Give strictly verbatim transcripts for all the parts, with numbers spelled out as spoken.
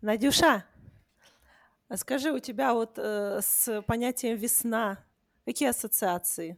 Надюша, а скажи, у тебя вот э, с понятием весна какие ассоциации?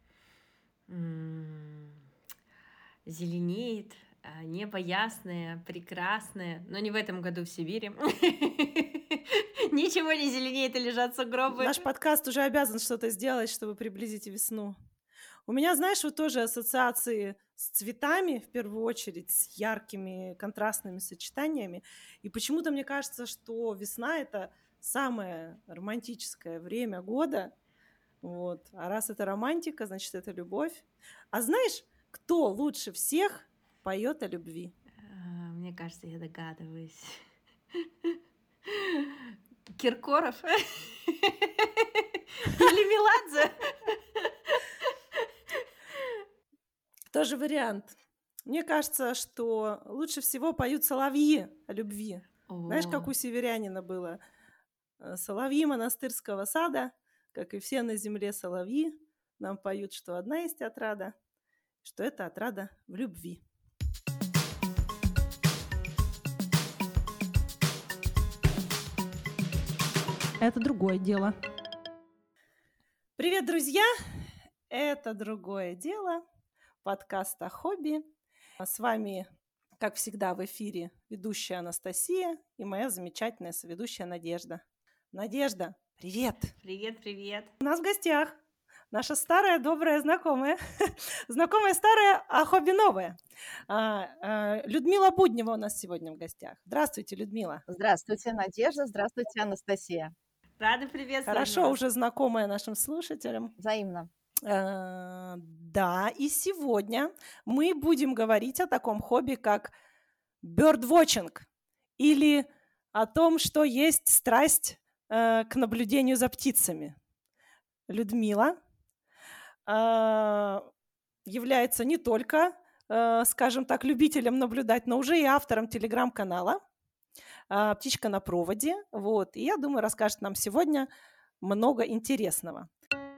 М, Зеленеет, а, небо ясное, прекрасное, но не в этом году в Сибири. Ничего не зеленеет и лежат сугробы. Наш подкаст уже обязан что-то сделать, чтобы приблизить весну. У меня, знаешь, вот тоже ассоциации с цветами, в первую очередь, с яркими контрастными сочетаниями. И почему-то мне кажется, что весна — это самое романтическое время года. Вот. А раз это романтика, значит, это любовь. А знаешь, кто лучше всех поет о любви? А, Мне кажется, я догадываюсь. Киркоров или Меладзе? Тоже вариант. Мне кажется, что лучше всего поют соловьи о любви. Знаешь, как О, у северянина было? Э, Соловьи монастырского сада, как и все на земле соловьи, нам поют, что одна есть отрада, что это отрада в любви. Это другое дело. Привет, друзья! Это другое дело. Подкаст о хобби. С вами, как всегда, в эфире ведущая Анастасия и моя замечательная соведущая Надежда. Надежда, привет! привет, привет. У нас в гостях наша старая добрая знакомая, знакомая старая, а хобби новая. А, а, Людмила Буднева у нас сегодня в гостях. Здравствуйте, Людмила. Здравствуйте, Надежда. Здравствуйте, Анастасия. Рада приветствовать Хорошо вас. уже знакомая нашим слушателям. Взаимно. Э, Да, и сегодня мы будем говорить о таком хобби, как бёрдвотчинг, или о том, что есть страсть э, к наблюдению за птицами. Людмила э, является не только, э, скажем так, любителем наблюдать, но уже и автором телеграм-канала э, «Птичка на проводе». Вот. И я думаю, расскажет нам сегодня много интересного.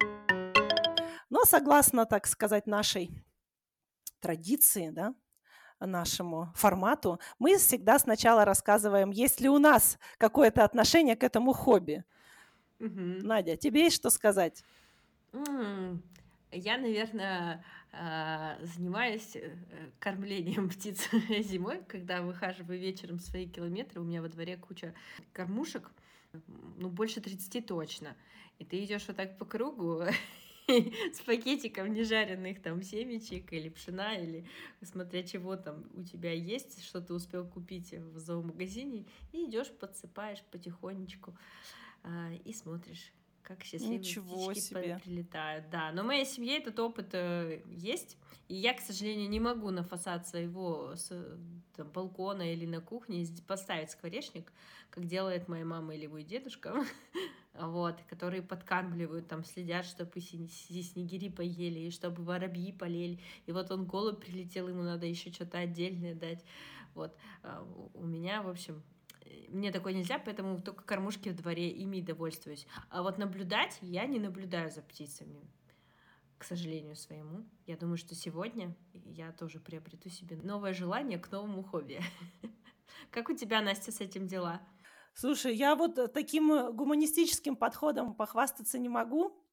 Но согласно, так сказать, нашей традиции, да, нашему формату, мы всегда сначала рассказываем, есть ли у нас какое-то отношение к этому хобби. Мгм. Надя, тебе есть что сказать? М, Я, наверное, а, занимаюсь э, кормлением птиц зимой, когда выхаживаю вечером свои километры. У меня во дворе куча кормушек, м, ну, больше тридцати точно. И ты идешь вот так по кругу с пакетиком нежаренных там семечек или пшена, или смотря чего там у тебя есть, что ты успел купить в зоомагазине, и идешь, подсыпаешь потихонечку а, и смотришь, как счастливые Ничего птички по- себе. прилетают. Да, но в моей семье этот опыт э, есть, и я, к сожалению, не могу на фасад своего с- там, балкона или на кухне с- поставить скворечник, как делает моя мама или мой дедушка, вот, которые подкармливают, там, следят, чтобы и син- и снегири поели, и чтобы воробьи полели, и вот он голубь прилетел, ему надо еще что-то отдельное дать, вот. А у у меня, в общем, э, мне такое нельзя, поэтому только кормушки в дворе, ими и довольствуюсь. А вот наблюдать я не наблюдаю за птицами, к сожалению своему. Я думаю, что сегодня я тоже приобрету себе новое желание к новому хобби. Как у тебя, Настя, с этим дела? Слушай, я вот э, таким э, гуманистическим подходом похвастаться не могу.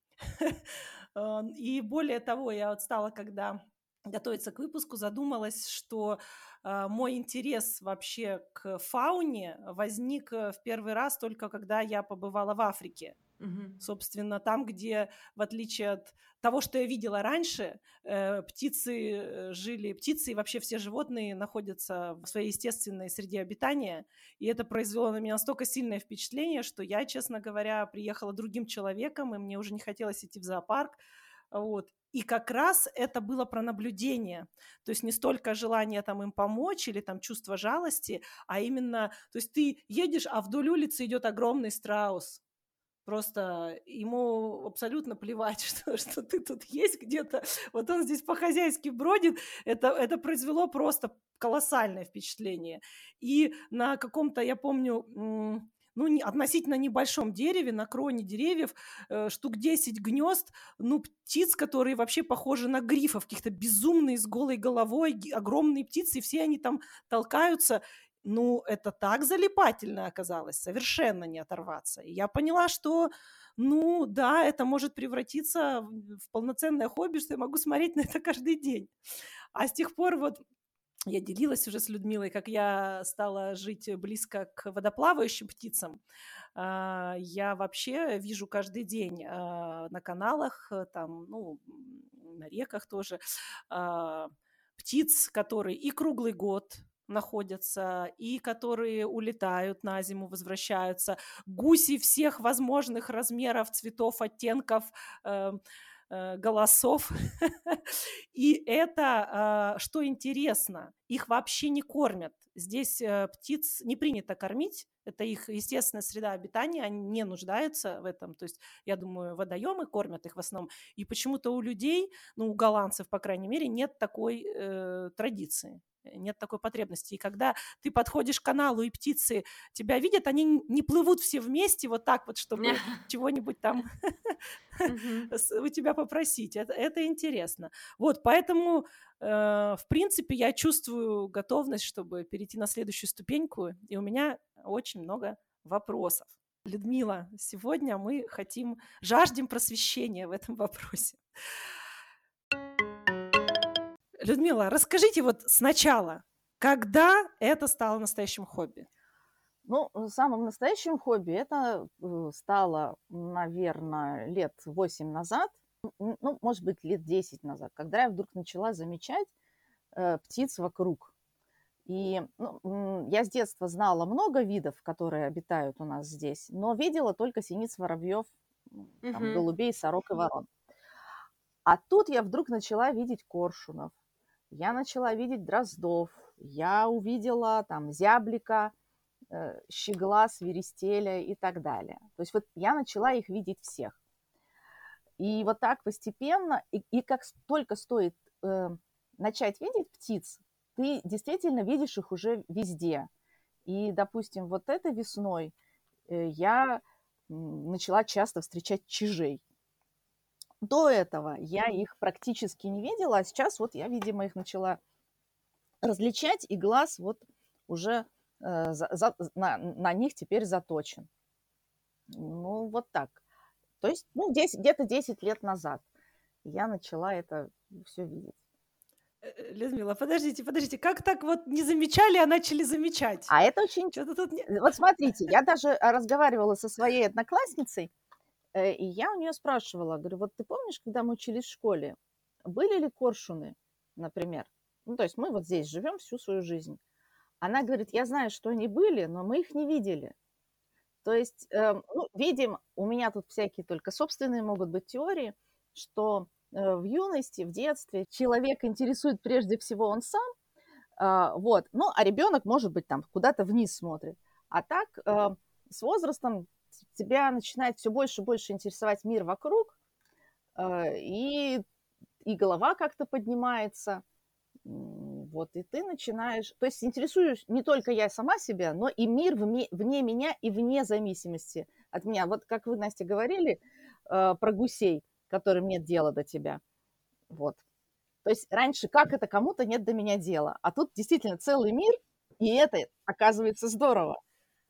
Э, И более того, я вот стала, когда готовиться к выпуску, задумалась, что э, мой интерес вообще к фауне возник э, в первый раз только когда я побывала в Африке. Мгм. Собственно, там, где, в отличие от того, что я видела раньше, э, птицы э, жили, птицы и вообще все животные находятся в своей естественной среде обитания. И это произвело на меня настолько сильное впечатление, что я, честно говоря, приехала другим человеком, и мне уже не хотелось идти в зоопарк. Вот. И как раз это было про наблюдение. То есть не столько желание там им помочь или там чувство жалости, а именно, то есть ты едешь, а вдоль улицы идет огромный страус. Просто ему абсолютно плевать, что, что ты тут есть где-то. Вот он здесь по-хозяйски бродит. Это, это произвело просто колоссальное впечатление. И на каком-то, я помню, м, ну, не, относительно небольшом дереве, на кроне деревьев, э, штук десять гнезд, ну, птиц, которые вообще похожи на грифов, каких-то безумные, с голой головой, ги- огромные птицы, и все они там толкаются. ну, это так залипательно оказалось, совершенно не оторваться. И я поняла, что, ну, да, это может превратиться в в полноценное хобби, что я могу смотреть на это каждый день. А с тех пор вот я делилась уже с Людмилой, как я стала жить близко к водоплавающим птицам. А, Я вообще вижу каждый день а, на каналах, э, там, ну, м, на реках тоже, а, птиц, которые и круглый год находятся, и которые улетают на зиму, возвращаются, гуси всех возможных размеров, цветов, оттенков, э, э, голосов. И это, а, что интересно, их вообще не кормят. Здесь э, птиц не принято кормить, это их естественная среда обитания, они не нуждаются в этом. То есть, я думаю, водоемы кормят их в основном. И почему-то у людей, ну, у голландцев, по крайней мере, нет такой э, традиции, э, нет такой потребности. И когда ты подходишь к каналу, и птицы тебя видят, они н- не плывут все вместе вот так вот, чтобы чего-нибудь там Мгм. с- у тебя попросить. Это, это интересно. Вот, поэтому, э, в принципе, я чувствую готовность, чтобы перейти на следующую ступеньку, и у меня очень много вопросов. Людмила, сегодня мы хотим, жаждем просвещения в этом вопросе. Людмила, расскажите вот сначала, когда это стало настоящим хобби? Ну, э, самым настоящим хобби это э, стало, наверное, лет восемь назад, н- ну, может быть, лет десять назад, когда я вдруг начала замечать э, птиц вокруг. И ну, м, я с детства знала много видов, которые обитают у нас здесь, но видела только синиц, воробьев, м, там, Мгм. голубей, сорок и ворон. А тут я вдруг начала видеть коршунов, я начала видеть дроздов, я увидела там зяблика, э, щегла, свиристеля и так далее. То есть вот я начала их видеть всех. И вот так постепенно, и, и как с- только стоит э, начать видеть птиц, ты действительно видишь их уже везде. И, допустим, вот этой весной э, я м, начала часто встречать чижей. До этого я их практически не видела, а сейчас вот я, видимо, их начала различать, и глаз вот уже э, за- за- на, на них теперь заточен. Ну, вот так. То есть, ну, десять где-то десять лет назад я начала это все видеть. Э, Людмила, подождите, подождите, как так вот не замечали, а начали замечать? А это очень... Что-то тут не... Вот смотрите, я даже а, разговаривала со своей одноклассницей, э, и я у нее спрашивала, говорю, вот ты помнишь, когда мы учились в школе, были ли коршуны, например? Ну, то есть мы вот здесь живем всю свою жизнь. Она говорит, я знаю, что они были, но мы их не видели. То есть, э, ну, видим, у меня тут всякие только собственные могут быть теории, что э, в юности, в детстве человек интересует прежде всего он сам, а, вот, ну, а ребенок, может быть, там куда-то вниз смотрит. А так э, с возрастом тебя начинает все больше и больше интересовать мир вокруг, э, и, и голова как-то поднимается, М, вот, и ты начинаешь... То есть интересуюсь не только я сама себя, но и мир вне, вне меня и вне зависимости от меня. Вот как вы, Настя, говорили э, про гусей, которым нет дела до тебя. Вот. То есть раньше как это кому-то нет до меня дела, а тут действительно целый мир, и это оказывается здорово.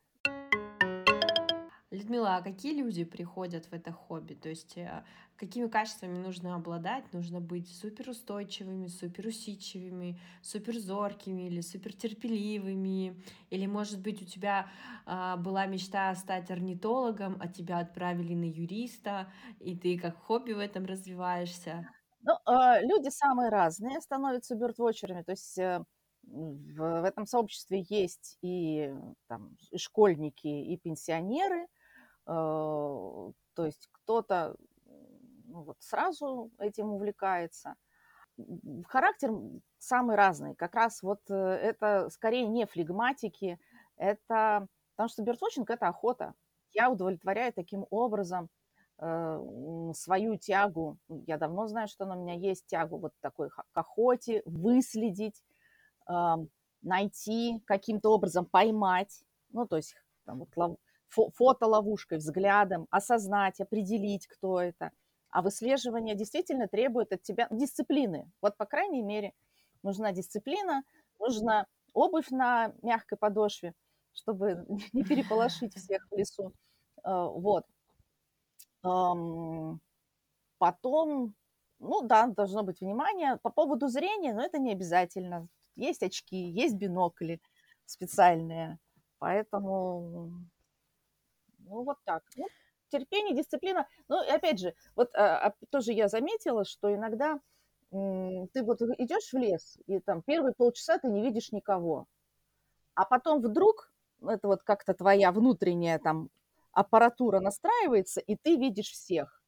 Людмила, а какие люди приходят в это хобби? То есть э, какими качествами нужно обладать? Нужно быть суперустойчивыми, суперусидчивыми, суперзоркими или супертерпеливыми? Или, может быть, у тебя а, была мечта стать орнитологом, а тебя отправили на юриста, и ты как хобби в этом развиваешься? Ну, э, люди самые разные становятся бёрдвотчерами, то есть э, в, в этом сообществе есть и, там, и школьники, и пенсионеры. Э, то есть кто-то ну, вот сразу этим увлекается. М, Характер самый разный. Как раз вот э, это скорее не флегматики, это... Потому что бёрдвотчинг– это охота. Я удовлетворяю таким образом э, м, свою тягу. Я давно знаю, что она у меня есть, тягу вот такой х- к охоте, выследить, ам, найти, каким-то образом поймать. Ну, то есть там, вот, лов- фо- фотоловушкой, взглядом, осознать, определить, кто это. А выслеживание действительно требует от тебя дисциплины. Вот, по крайней мере, нужна дисциплина, нужно обувь на мягкой подошве, чтобы не переполошить всех в лесу. А, Вот. Ам, Потом, ну да, должно быть внимание. По поводу зрения, но это не обязательно. Есть очки, есть бинокли специальные. Поэтому, ну вот так. Ну, терпение, дисциплина. Ну, и опять же, вот а, а, тоже я заметила, что иногда м, ты вот идешь в лес, и там первые полчаса ты не видишь никого. А потом вдруг это вот как-то твоя внутренняя там аппаратура настраивается, и ты видишь всех.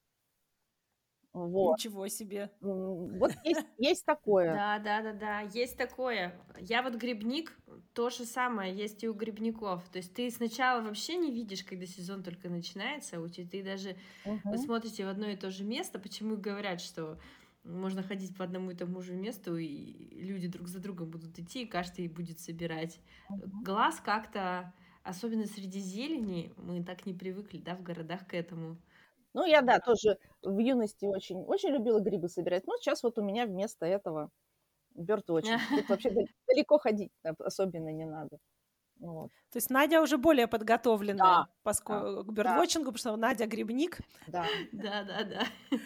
Вот. Ничего себе. М, Вот есть, есть такое. Да, да, да, да, есть такое. Я вот грибник, то же самое есть и у грибников. То есть ты сначала вообще не видишь, когда сезон только начинается, у тебя ты даже вы Мгм. смотрите в одно и то же место, почему и говорят, что можно ходить по одному и тому же месту, и люди друг за другом будут идти, и каждый будет собирать. Мгм. Глаз как-то, особенно среди зелени, мы так не привыкли, да, в городах к этому. Ну, я, да, тоже в юности очень, очень любила грибы собирать. Но сейчас вот у меня вместо этого бёрдвотчинг. Тут вообще дал- далеко ходить а, особенно не надо. Вот. То есть Надя уже более Да, подготовленная да, поско- к да, бёрдвотчингу, потому что Надя грибник. да. Да, да, да.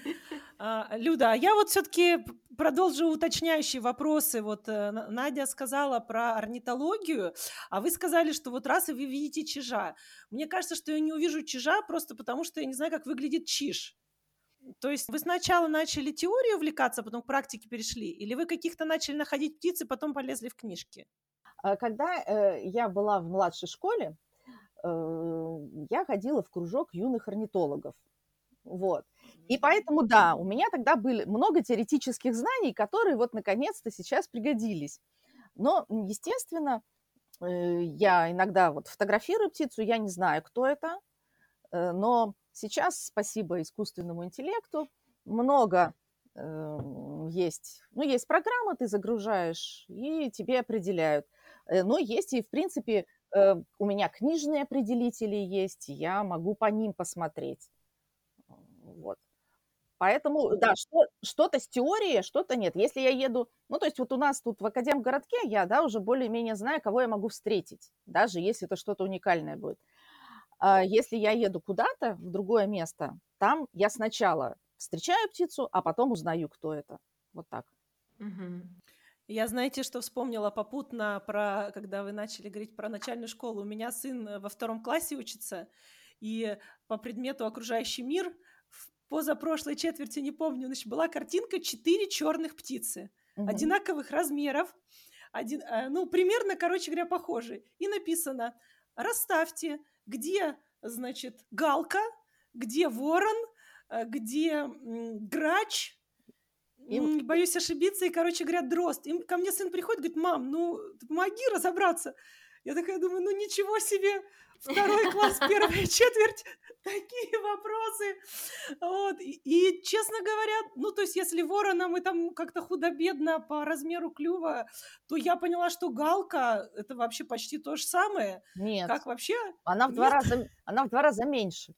А, Люда, а я вот все-таки продолжу уточняющие вопросы. Вот э, На- Надя сказала про орнитологию, а вы сказали, что вот раз и вы видите чижа. Мне кажется, что я не увижу чижа просто потому, что я не знаю, как выглядит чиж. То есть вы сначала начали теорию увлекаться, потом к практике перешли, или вы каких-то начали находить птиц и потом полезли в книжки? А Когда э, я была в младшей школе, э, я ходила в кружок юных орнитологов. Вот. И поэтому, да, у меня тогда были много теоретических знаний, которые вот наконец-то сейчас пригодились. Но, м, естественно, э, я иногда вот фотографирую птицу, я не знаю, кто это, э, но сейчас, спасибо искусственному интеллекту, много э, есть, ну, есть программа, ты загружаешь, и тебе определяют. Э, Но есть и, в принципе, э, у меня книжные определители есть, я могу по ним посмотреть. Вот. Поэтому, да, что, что-то с теорией, что-то нет. Если я еду, ну, то есть вот у нас тут в Академгородке я, да, уже более-менее знаю, кого я могу встретить, даже если это что-то уникальное будет. А если я еду куда-то в другое место, там я сначала встречаю птицу, а потом узнаю, кто это. Вот так. Мгм. Я, знаете, что вспомнила попутно про, когда вы начали говорить про начальную школу. У меня сын э, во втором классе учится, и по предмету окружающий мир в позапрошлой четверти, не помню, значит, была картинка четыре черных птицы Мгм. одинаковых размеров, один, э, ну, примерно, короче говоря, похожи. И написано: расставьте, где, значит, галка, где ворон, э, где м, грач, И, м, боюсь ошибиться, и, короче говоря, дрозд. И ко мне сын приходит, говорит: мам, ну, ты помоги разобраться. Я такая думаю, ну, ничего себе, второй класс, первая четверть, такие вопросы. Вот. И, и, честно говоря, ну, то есть, если ворона мы там как-то худо-бедно по размеру клюва, то я поняла, что галка — это вообще почти то же самое. нет, Как вообще? она в два Нет? раза, она в два раза меньше.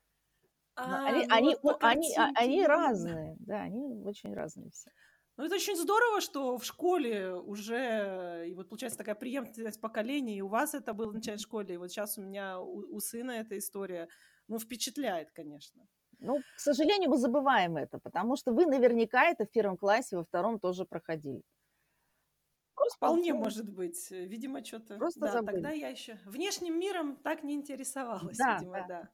Но А, Они, ну они, вот по о- они, а- картинке они не видно. разные, да, они очень разные все. Ну, это очень здорово, что в школе уже, и вот получается такая преемственность поколений, и у вас это было в начальной школе, и вот сейчас у меня, у, у сына эта история, ну, впечатляет, конечно. Ну, к сожалению, мы забываем это, потому что вы наверняка это в первом классе, во втором тоже проходили. Просто, Вполне ну, может быть, э, видимо, что-то, просто да, тогда забыли. я еще внешним миром так не интересовалась, Да, видимо, да. да.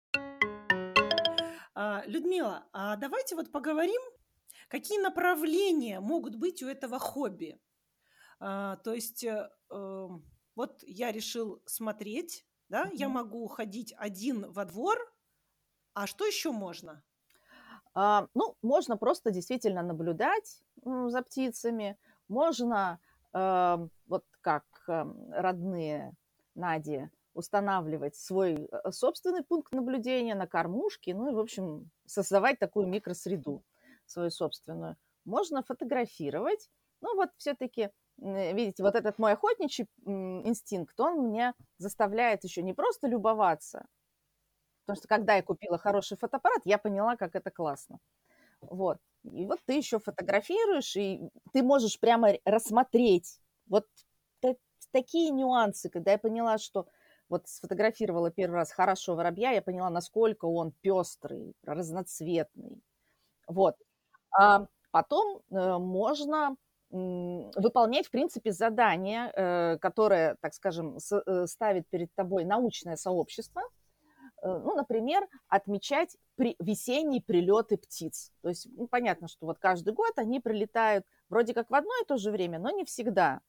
А, Людмила, а давайте вот поговорим, какие направления могут быть у этого хобби. А, то есть, э, эм, вот я решил смотреть, да, я Мгм. могу ходить один во двор, а что еще можно? А, ну, можно просто действительно наблюдать м, за птицами. Можно, а, вот как ам, родные Нади, устанавливать свой э, собственный пункт наблюдения на кормушке, ну и, в общем, создавать такую микросреду свою собственную. Можно фотографировать. Ну, вот все-таки, видите, вот этот мой охотничий м, инстинкт, он меня заставляет еще не просто любоваться, потому что когда я купила хороший фотоаппарат, я поняла, как это классно. Вот. И вот ты еще фотографируешь, и ты можешь прямо рассмотреть вот такие нюансы, когда я поняла, что вот сфотографировала первый раз хорошо воробья, я поняла, насколько он пестрый, разноцветный. Вот. А потом э, можно м, выполнять, в принципе, задание, э, которое, так скажем, с- э, ставит перед тобой научное сообщество. Э, Ну, например, отмечать при, весенние прилеты птиц. То есть, ну, понятно, что вот каждый год они прилетают вроде как в одно и то же время, но не всегда.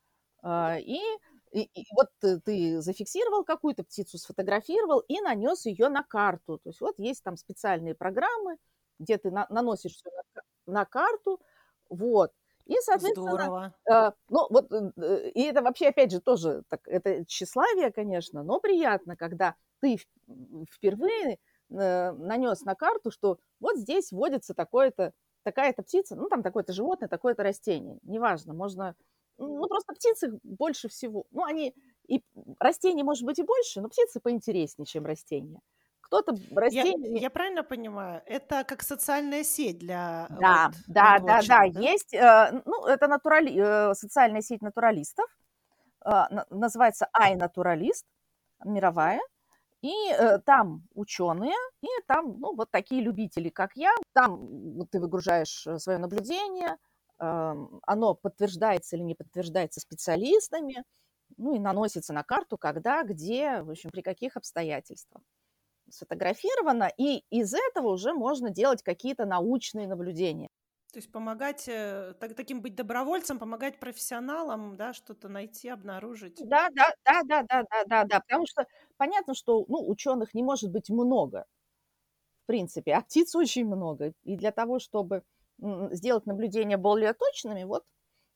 А, И, и, и вот ты, ты зафиксировал какую-то птицу, сфотографировал и нанес ее на карту. То есть вот есть там специальные программы, где ты на- наносишь все на, ка- на карту, вот. И, соответственно, Здорово. э, ну вот, э, э, и это вообще, опять же, тоже, так, это тщеславие, конечно, но приятно, когда ты в- м, впервые нанес на карту, что вот здесь водится такое-то, такая-то птица, ну, там такое-то животное, такое-то растение, неважно, можно ну, просто птицы больше всего. Ну, они и растений, может быть, и больше, но птицы поинтереснее, чем растения. Кто-то Я, растениями... я правильно понимаю? Это как социальная сеть для э, вот Да, да, да, да, бердвотчеров, да? есть, э, ну, это натурали... э, социальная сеть натуралистов, э, на- называется iNaturalist, мировая, и э, там ученые, и там, ну, вот такие любители, как я. Там вот ты выгружаешь свое наблюдение, эм, оно подтверждается или не подтверждается специалистами, ну и наносится на карту, когда, где, в общем, при каких обстоятельствах сфотографировано, и из этого уже можно делать какие-то научные наблюдения. То есть помогать, э, так- таким быть добровольцем, помогать профессионалам, да, что-то найти, обнаружить. Да, да, да, да, да, да, да, да, потому что понятно, что, ну, ученых не может быть много, в принципе, а птиц очень много. И для того, чтобы м, сделать наблюдения более точными, вот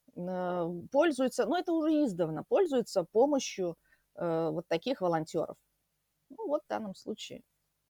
э, пользуются, ну, это уже издавна, пользуются помощью э, вот таких волонтеров. Ну, вот в данном случае.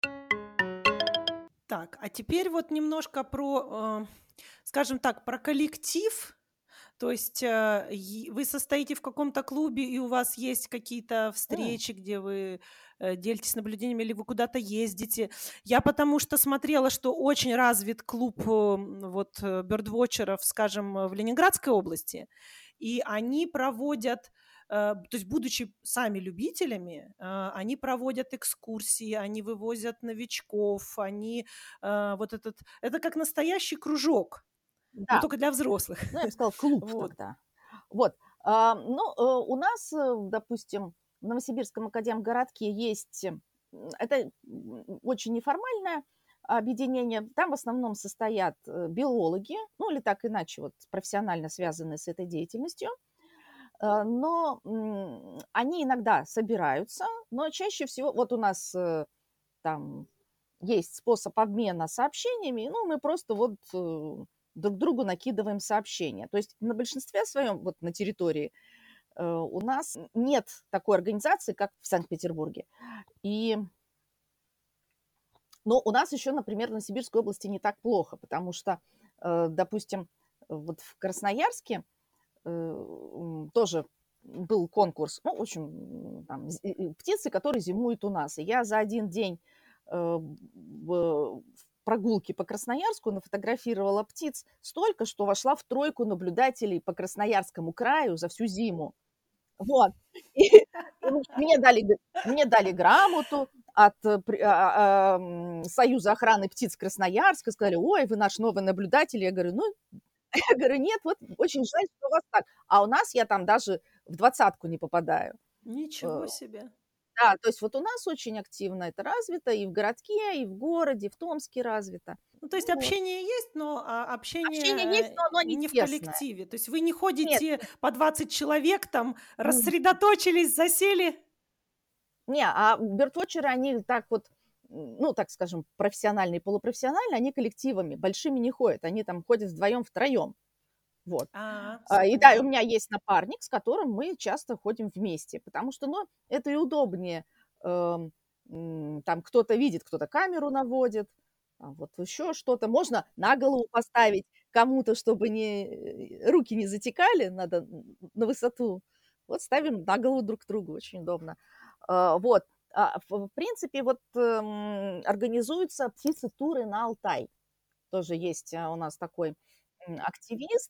Так, а теперь вот немножко про, э, скажем так, про коллектив. То есть э, и вы состоите в каком-то клубе, и у вас есть какие-то М, встречи, где вы э, делитесь наблюдениями, или вы куда-то ездите. Я потому что смотрела, что очень развит клуб э, м, вот э, бёрдвотчеров, скажем, э, в Ленинградской области, и они проводят, э, то есть будучи сами любителями, э, они проводят экскурсии, они вывозят новичков, они э, вот этот, это как настоящий кружок, но Да, только для взрослых. ну, я бы сказала, клуб Вот. тогда. Вот. А, ну, э, у нас, э, допустим, в Новосибирском академгородке есть, м, это м, очень неформальное объединение. Там в основном состоят э, биологи, ну, или так иначе, вот профессионально связанные с этой деятельностью. Э, Но м, они иногда собираются, но чаще всего, вот у нас э, там есть способ обмена сообщениями, ну, мы просто вот э, друг другу накидываем сообщения. То есть на большинстве своем, вот на территории, э, у нас нет такой организации, как в Санкт-Петербурге. И, но у нас еще, например, на Сибирской области не так плохо, потому что, э, допустим, вот в Красноярске э, м, тоже был конкурс, ну, в общем, там, з- и- и птицы, которые зимуют у нас. И я за один день э, в в прогулке по Красноярску нафотографировала птиц столько, что вошла в тройку наблюдателей по Красноярскому краю за всю зиму. Вот. И, и в общем, мне дали, г- мне дали грамоту от э, при- а, а, м, Союза охраны птиц Красноярска. Сказали, ой, вы наш новый наблюдатель. Я говорю, ну, я говорю, нет, вот очень жаль, что у вас так. А у нас я там даже в двадцатку не попадаю. Э, Ничего себе. Да, то есть вот у нас очень активно это развито и в городке, и в городе, в Томске развито. Ну, то есть Ну вот. общение есть, но а, Общение есть, общение но э, оно не не в тесное. коллективе. То есть вы не Нет, ходите по двадцать человек, там м, рассредоточились, засели. не, а бёрдвотчеры, они так вот, м, ну, так скажем, профессиональные, полупрофессиональные, они коллективами большими не ходят. Они там ходят вдвоем, втроем. Вот. А, все А, И да, и у поняла. меня есть напарник, с которым мы часто ходим вместе, потому что, ну, это и удобнее. Эм, м, Там кто-то видит, кто-то камеру наводит, а вот еще что-то. Можно на голову поставить кому-то, чтобы не, э, руки не затекали, надо н- на высоту. Вот ставим на голову друг другу, очень удобно. А, Вот. А, В в принципе, вот эм, организуются птицы-туры на Алтай. Тоже есть а, у нас такой м, активист,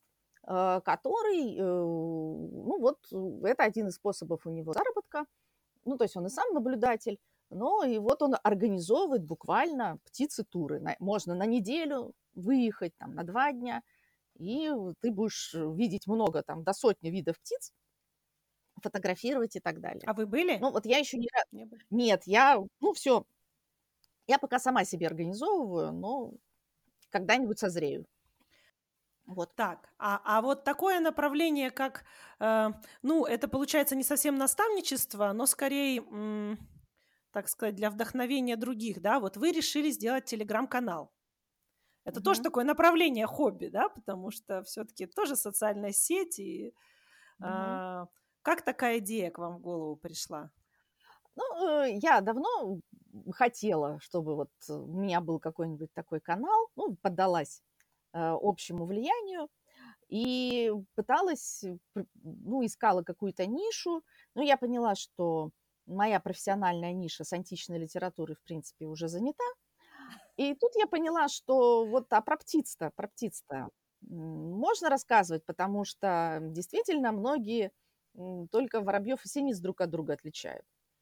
э, который, э, ну вот, это один из способов у него заработка. Ну, то есть он и сам наблюдатель, но и вот он организовывает буквально птицы-туры. На- Можно на неделю выехать, там, на два дня, и ты будешь видеть много, там, до сотни видов птиц, фотографировать и так далее. А вы были? Ну, вот я еще не... ра- Не были. Нет, я, ну, все, я пока сама себе организовываю, но когда-нибудь созрею. Вот. Так, а, а вот такое направление, как, э, ну, это получается не совсем наставничество, но скорее, м, так сказать, для вдохновения других, да? Вот вы решили сделать телеграм-канал. Это тоже Мгм. такое направление хобби, да? Потому что все-таки тоже социальная сеть. И Мгм. а, как такая идея к вам в голову пришла? Ну, э, я давно хотела, чтобы вот у меня был какой-нибудь такой канал, ну, поддалась э, общему влиянию и пыталась, э, пр- ну, искала какую-то нишу, но я поняла, что моя профессиональная ниша с античной литературой, в принципе, уже занята. И тут я поняла, что вот а про птиц-то, про птиц-то м, можно рассказывать, потому что действительно многие м, только воробьев и синиц друг от друга отличают.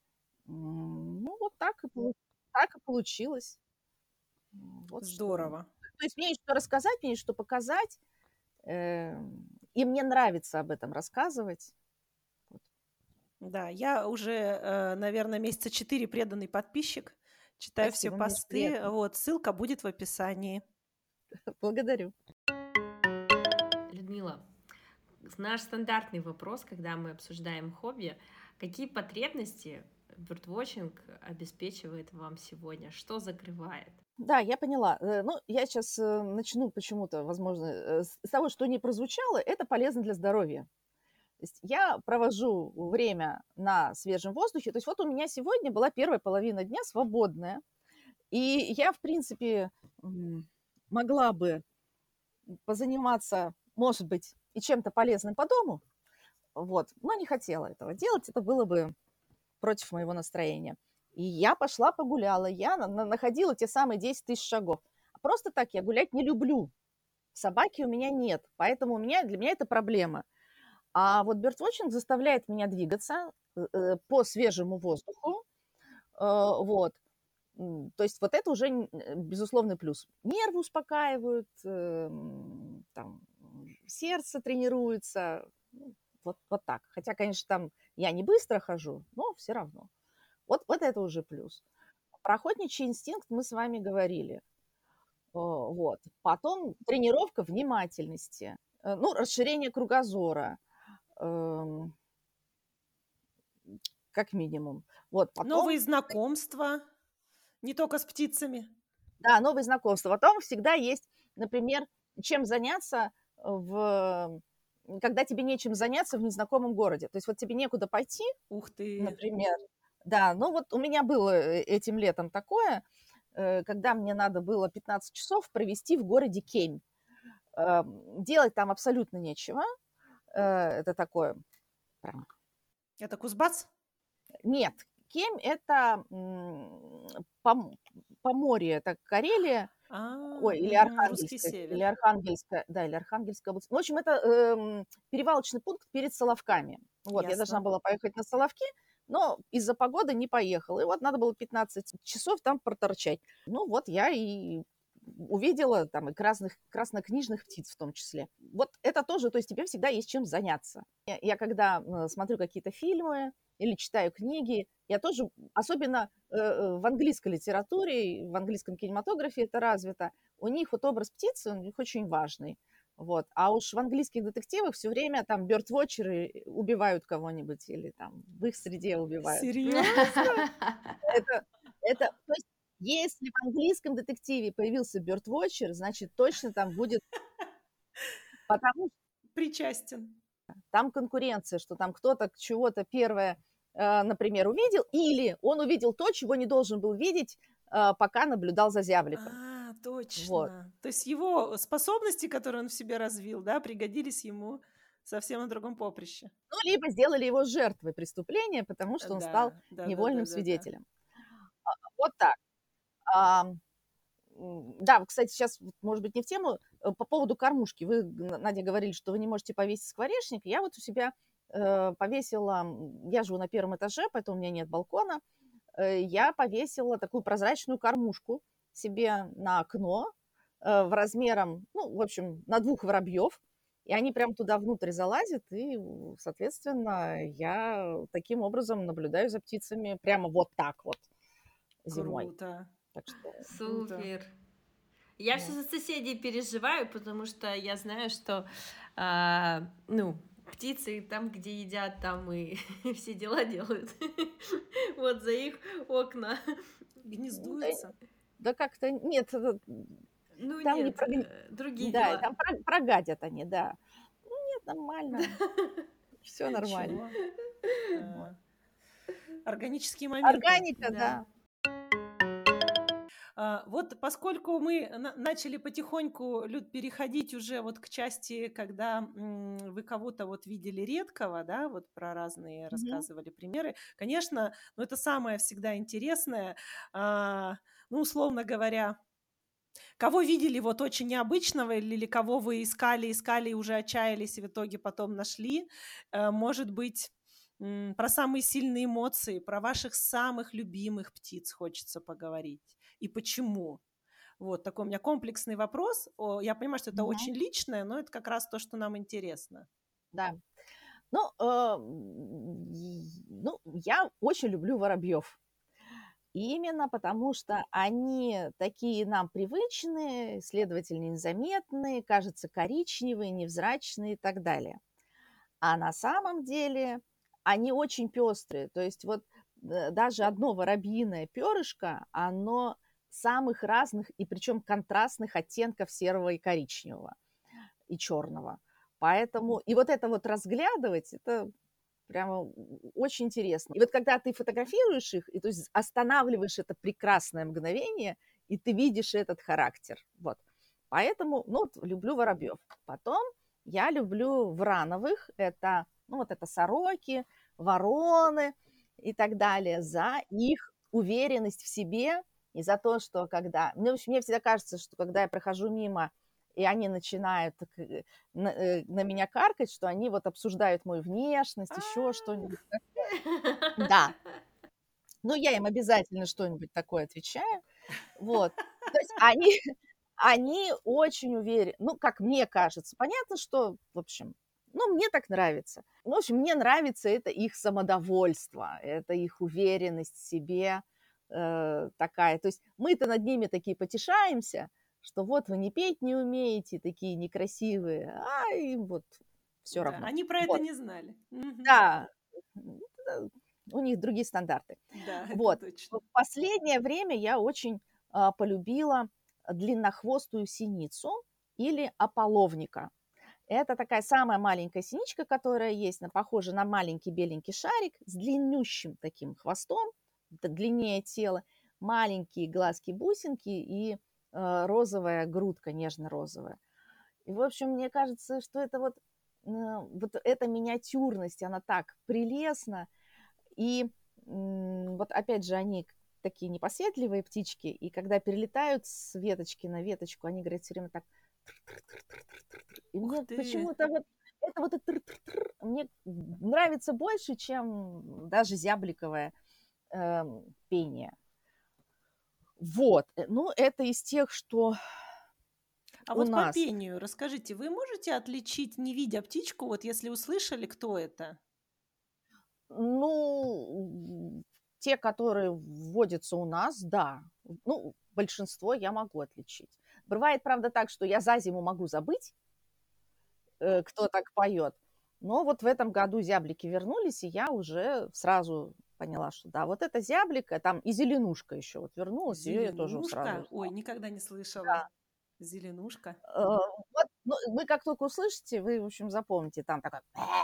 М, Ну, вот так и, полу- так и получилось. М, Вот что. Здорово. То есть мне есть что рассказать, мне есть что показать, э, и мне нравится об этом рассказывать. Вот. Да, я уже, э, наверное, месяца четыре преданный подписчик. Читаю все Спасибо, мне очень посты. приятно. Вот, ссылка будет в описании. Благодарю. Людмила, наш стандартный вопрос, когда мы обсуждаем хобби, какие потребности бёрдвотчинг обеспечивает вам сегодня? Что закрывает? Да, я поняла. Э, Ну, я сейчас начну почему-то, возможно, э, с с того, что не прозвучало, это полезно для здоровья. То есть я провожу время на свежем воздухе. То есть вот у меня сегодня была первая половина дня свободная, и я, в принципе, м, могла бы позаниматься, может быть, и чем-то полезным по дому, вот, но не хотела этого делать, это было бы против моего настроения. И я пошла погуляла, я на- на- находила те самые десять тысяч шагов. А просто так я гулять не люблю. Собаки у меня нет, поэтому у меня, для меня это проблема. А вот бёрдвотчинг заставляет меня двигаться э, э, по свежему воздуху, э, вот. М, То есть вот это уже н- э, безусловный плюс. Нервы успокаивают, эм, там, м, сердце тренируется, ну, вот, вот так. Хотя, конечно, там я не быстро хожу, но все равно. Вот, вот это уже плюс. Про охотничий инстинкт мы с вами говорили. О, Вот. Потом тренировка внимательности, э, ну, расширение кругозора, эм, как минимум. Вот, Новые потом, знакомства, не только с птицами. да, новые знакомства. Потом всегда есть, например, чем заняться в когда тебе нечем заняться в незнакомом городе. То есть вот тебе некуда пойти, Ух ты. например. Да, ну вот у меня было э, этим летом такое, э, когда мне надо было пятнадцать часов провести в городе Кемь. Эм, Делать там абсолютно нечего. Э, Это такое прям. Это Кузбасс? Нет, Кемь – это м, пом- Поморье, это Карелия, А, ой, или мгм, русский Архангельская, или север. Архангельская, да, или Архангельская область. Ну, в общем, это эм, перевалочный пункт перед Соловками. Вот, я должна Ясно. была поехать на Соловки, но из-за погоды не поехала. И вот надо было пятнадцать часов там проторчать. Ну, вот я и увидела там и красных, краснокнижных птиц в том числе. Вот это тоже, то есть тебе всегда есть чем заняться. Я, я когда э, смотрю какие-то фильмы или читаю книги, я тоже, особенно э, э, в английской литературе, в английском кинематографе это развито, у них вот образ птицы, у них очень важный. Вот. А уж в английских детективах все время там бёрдвотчеры убивают кого-нибудь или там в их среде убивают. Серьезно? Это, это, то есть, если в английском детективе появился бёрдвотчер, значит, точно там будет, потому что Причастен. там конкуренция, что там кто-то чего-то первое, э, например, увидел, или он увидел то, чего не должен был видеть, э, пока наблюдал за зябликом. А, Вот. точно. То есть его способности, которые он в себе развил, да, пригодились ему совсем на другом поприще. Ну, либо сделали его жертвой преступления, потому Э, что он стал Да, да, да, да, невольным да, да. свидетелем. Вот так. А, м, да, вот, кстати, сейчас, может быть, не в тему, по поводу кормушки. Вы, Надя, говорили, что вы не можете повесить скворечник. Я вот у себя э, повесила, я живу на первом этаже, поэтому у меня нет балкона, э, я повесила такую прозрачную кормушку себе на окно э, в размером, ну, в общем, на двух воробьев. И они прям туда внутрь залазят, и, соответственно, я таким образом наблюдаю за птицами прямо вот так вот зимой. Круто. Так что, Супер. Я Да. все за соседей переживаю, потому что я знаю, что, а, ну, птицы там, где едят, там и все дела делают. Вот за их окна. Гнездуются. да как-то нет, это- Ну там не нет, прогни- э, другие да, дела. там про- прогадят они, да. Ну, нет, нормально, все нормально. Чего? А, Органические моменты. Органика, Да. да. А, Вот поскольку мы на- начали потихоньку, Люд, переходить уже вот к части, когда м, вы кого-то вот видели редкого, да, вот про разные Мгм. рассказывали примеры, конечно, ну это самое всегда интересное, а, ну условно говоря, кого видели вот очень необычного или, или кого вы искали, искали и уже отчаялись и в итоге потом нашли, э, может быть, м, про самые сильные эмоции, про ваших самых любимых птиц хочется поговорить. И почему? Вот такой у меня комплексный вопрос. О, Я понимаю, что это Мгм. очень личное, но это как раз то, что нам интересно. Да. Ну, э, м, и- ну, я очень люблю воробьев. Именно потому, что они такие нам привычные, следовательно, незаметные, кажется, коричневые, невзрачные и так далее. А на самом деле они очень пестрые. То есть вот э, даже одно воробьиное перышко, оно самых разных и причем контрастных оттенков серого и коричневого и черного. Поэтому и вот это вот разглядывать, это прямо очень интересно. И вот когда ты фотографируешь их, и то есть останавливаешь это прекрасное мгновение, и ты видишь этот характер. Вот. Поэтому, ну, вот люблю воробьев. Потом я люблю врановых. Это, ну, вот это сороки, вороны и так далее. За их уверенность в себе и за то, что когда... Мне, в общем, мне всегда кажется, что когда я прохожу мимо, и они начинают к- на, э, на меня каркать, что они вот обсуждают мою внешность, еще что-нибудь такое. Да, но я им обязательно что-нибудь такое отвечаю. Вот. То есть они, они очень уверены, ну, как мне кажется. Понятно, что, в общем, ну, мне так нравится. Ну, в общем, мне нравится это их самодовольство, это их уверенность в себе э, такая. То есть мы-то над ними такие потешаемся, что вот вы не петь не умеете, такие некрасивые, а им вот все Да, равно. они про это Вот. не знали. Мгм. Да, у них другие стандарты. Да, это Вот. точно. В последнее время я очень а, полюбила длиннохвостую синицу или ополовника. Это такая самая маленькая синичка, которая есть, она похожа на маленький беленький шарик с длиннющим таким хвостом, д- длиннее тела, маленькие глазки-бусинки и э, розовая грудка, нежно-розовая. И, в общем, мне кажется, что это вот, э, вот эта миниатюрность, она так прелестна. И м, вот опять же, они такие непоседливые птички, и когда перелетают с веточки на веточку, они говорят все время так. И Ух мне ты. почему-то вот это вот это тр-тр-тр мне нравится больше, чем даже зябликовое эм, пение. Вот. Э, Ну, это из тех, что А у вот по нас. пению расскажите, вы можете отличить, не видя птичку, вот если услышали, кто это? Ну, те, которые вводятся у нас, да. Ну, большинство я могу отличить. Бывает, правда, так, что я за зиму могу забыть, э, кто так поет. Но вот в этом году зяблики вернулись, и я уже сразу поняла, что да, вот это зяблика, там и зеленушка еще вот вернулась, ее я тоже сразу Зеленушка? Ой, узнала. никогда не слышала. Да. Зеленушка. Э, Вот, ну, вы как только услышите, вы, в общем, запомните, там такой...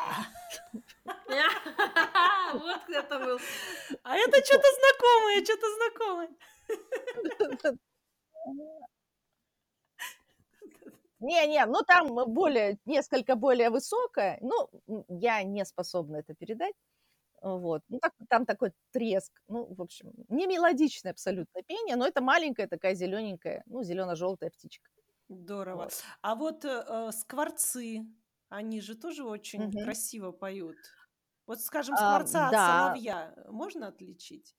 Вот кто это был. А это что-то знакомое, что-то знакомое. Не-не, ну там более, несколько более высокая, ну, м, я не способна это передать. Вот. Ну, так, там такой треск, ну, в общем, не мелодичное абсолютно пение, но это маленькая такая зелененькая, ну, зелено-желтая птичка. Здорово. Вот. А вот э, э, скворцы, они же тоже очень Мгм. красиво поют. Вот, скажем, А, скворца от да, соловья можно отличить?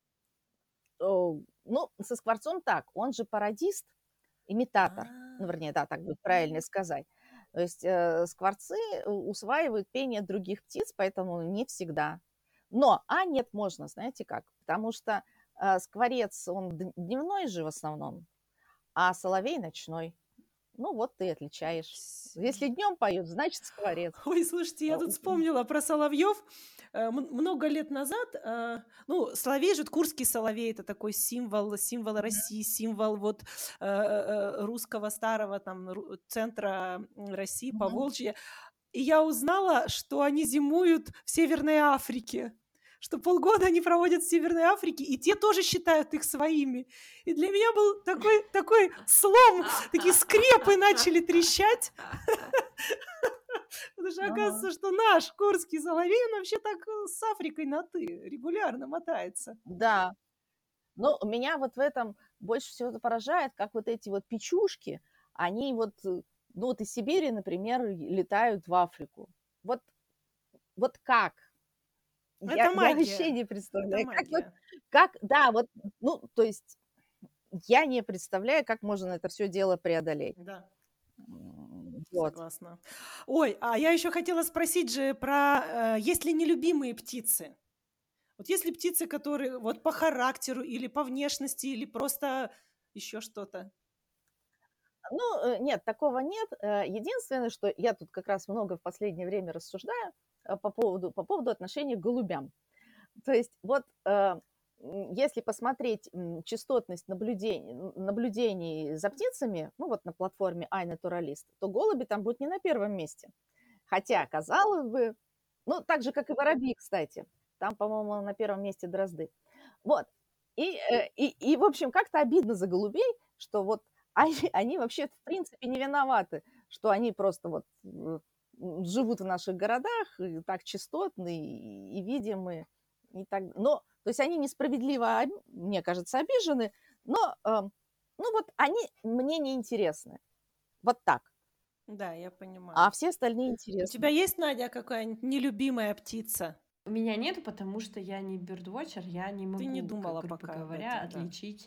о, ну, со скворцом так, он же пародист, имитатор. Ну, А, вернее, да, так будет правильнее сказать. То есть э, скворцы э, усваивают пение других птиц, поэтому не всегда. Но, а нет, можно, знаете как? Потому что э, скворец, он д- дневной же в основном, а соловей ночной. Ну, вот ты и отличаешь. Если всё. днем поют, значит скворец. Ой, слушайте, Э, я тут у- м, вспомнила про соловьев. Э, м- Много лет назад, э, ну, соловей же, курский соловей, это такой символ, символ Мгм. России, символ вот э, э, русского старого там ру- центра м, России, Мгм. Поволжья. И я узнала, что они зимуют в Северной Африке, что полгода они проводят в Северной Африке, и те тоже считают их своими. И для меня был такой, такой слом, такие скрепы начали трещать, потому что Ага. оказывается, что наш курский соловей, он вообще так э, с Африкой на «ты» регулярно мотается. Да, но меня вот в этом больше всего поражает, как вот эти вот печушки, они вот, э, ну вот из Сибири, например, и летают в Африку. Вот, вот как? Я, Это я вообще магия, не это представляю, как вот, магия, как, да, вот, ну, то есть я не представляю, как можно это все дело преодолеть. да. М, Вот. Согласна. Ой, а я еще хотела спросить же про, э, есть ли нелюбимые птицы? Вот есть ли птицы, которые вот по характеру или по внешности, или просто еще что-то? Ну, э, нет, такого нет. Э, Единственное, что я тут как раз много в последнее время рассуждаю э, по поводу, по поводу отношения к голубям. То есть вот э, м, если посмотреть м, частотность наблюдений, наблюдений за птицами, ну вот на платформе iNaturalist, то голуби там будут не на первом месте. Хотя, казалось бы, ну так же, как и воробьи, кстати. Там, по-моему, на первом месте дрозды. Вот. И, э, и, и в общем, как-то обидно за голубей, что вот они, они вообще, в принципе, не виноваты, что они просто вот э, м, живут в наших городах, и так частотные и, и видимые. И так, но, то есть они несправедливо, об- мне кажется, обижены, но, э, ну вот они мне не интересны. Вот так. Да, я А понимаю. все остальные У тебя интересны. есть, Надя, какая-нибудь нелюбимая птица? У меня нету, потому что я не бёрдвотчер, я не Ты не могу, как думала грубо пока об говоря, этом, да. отличить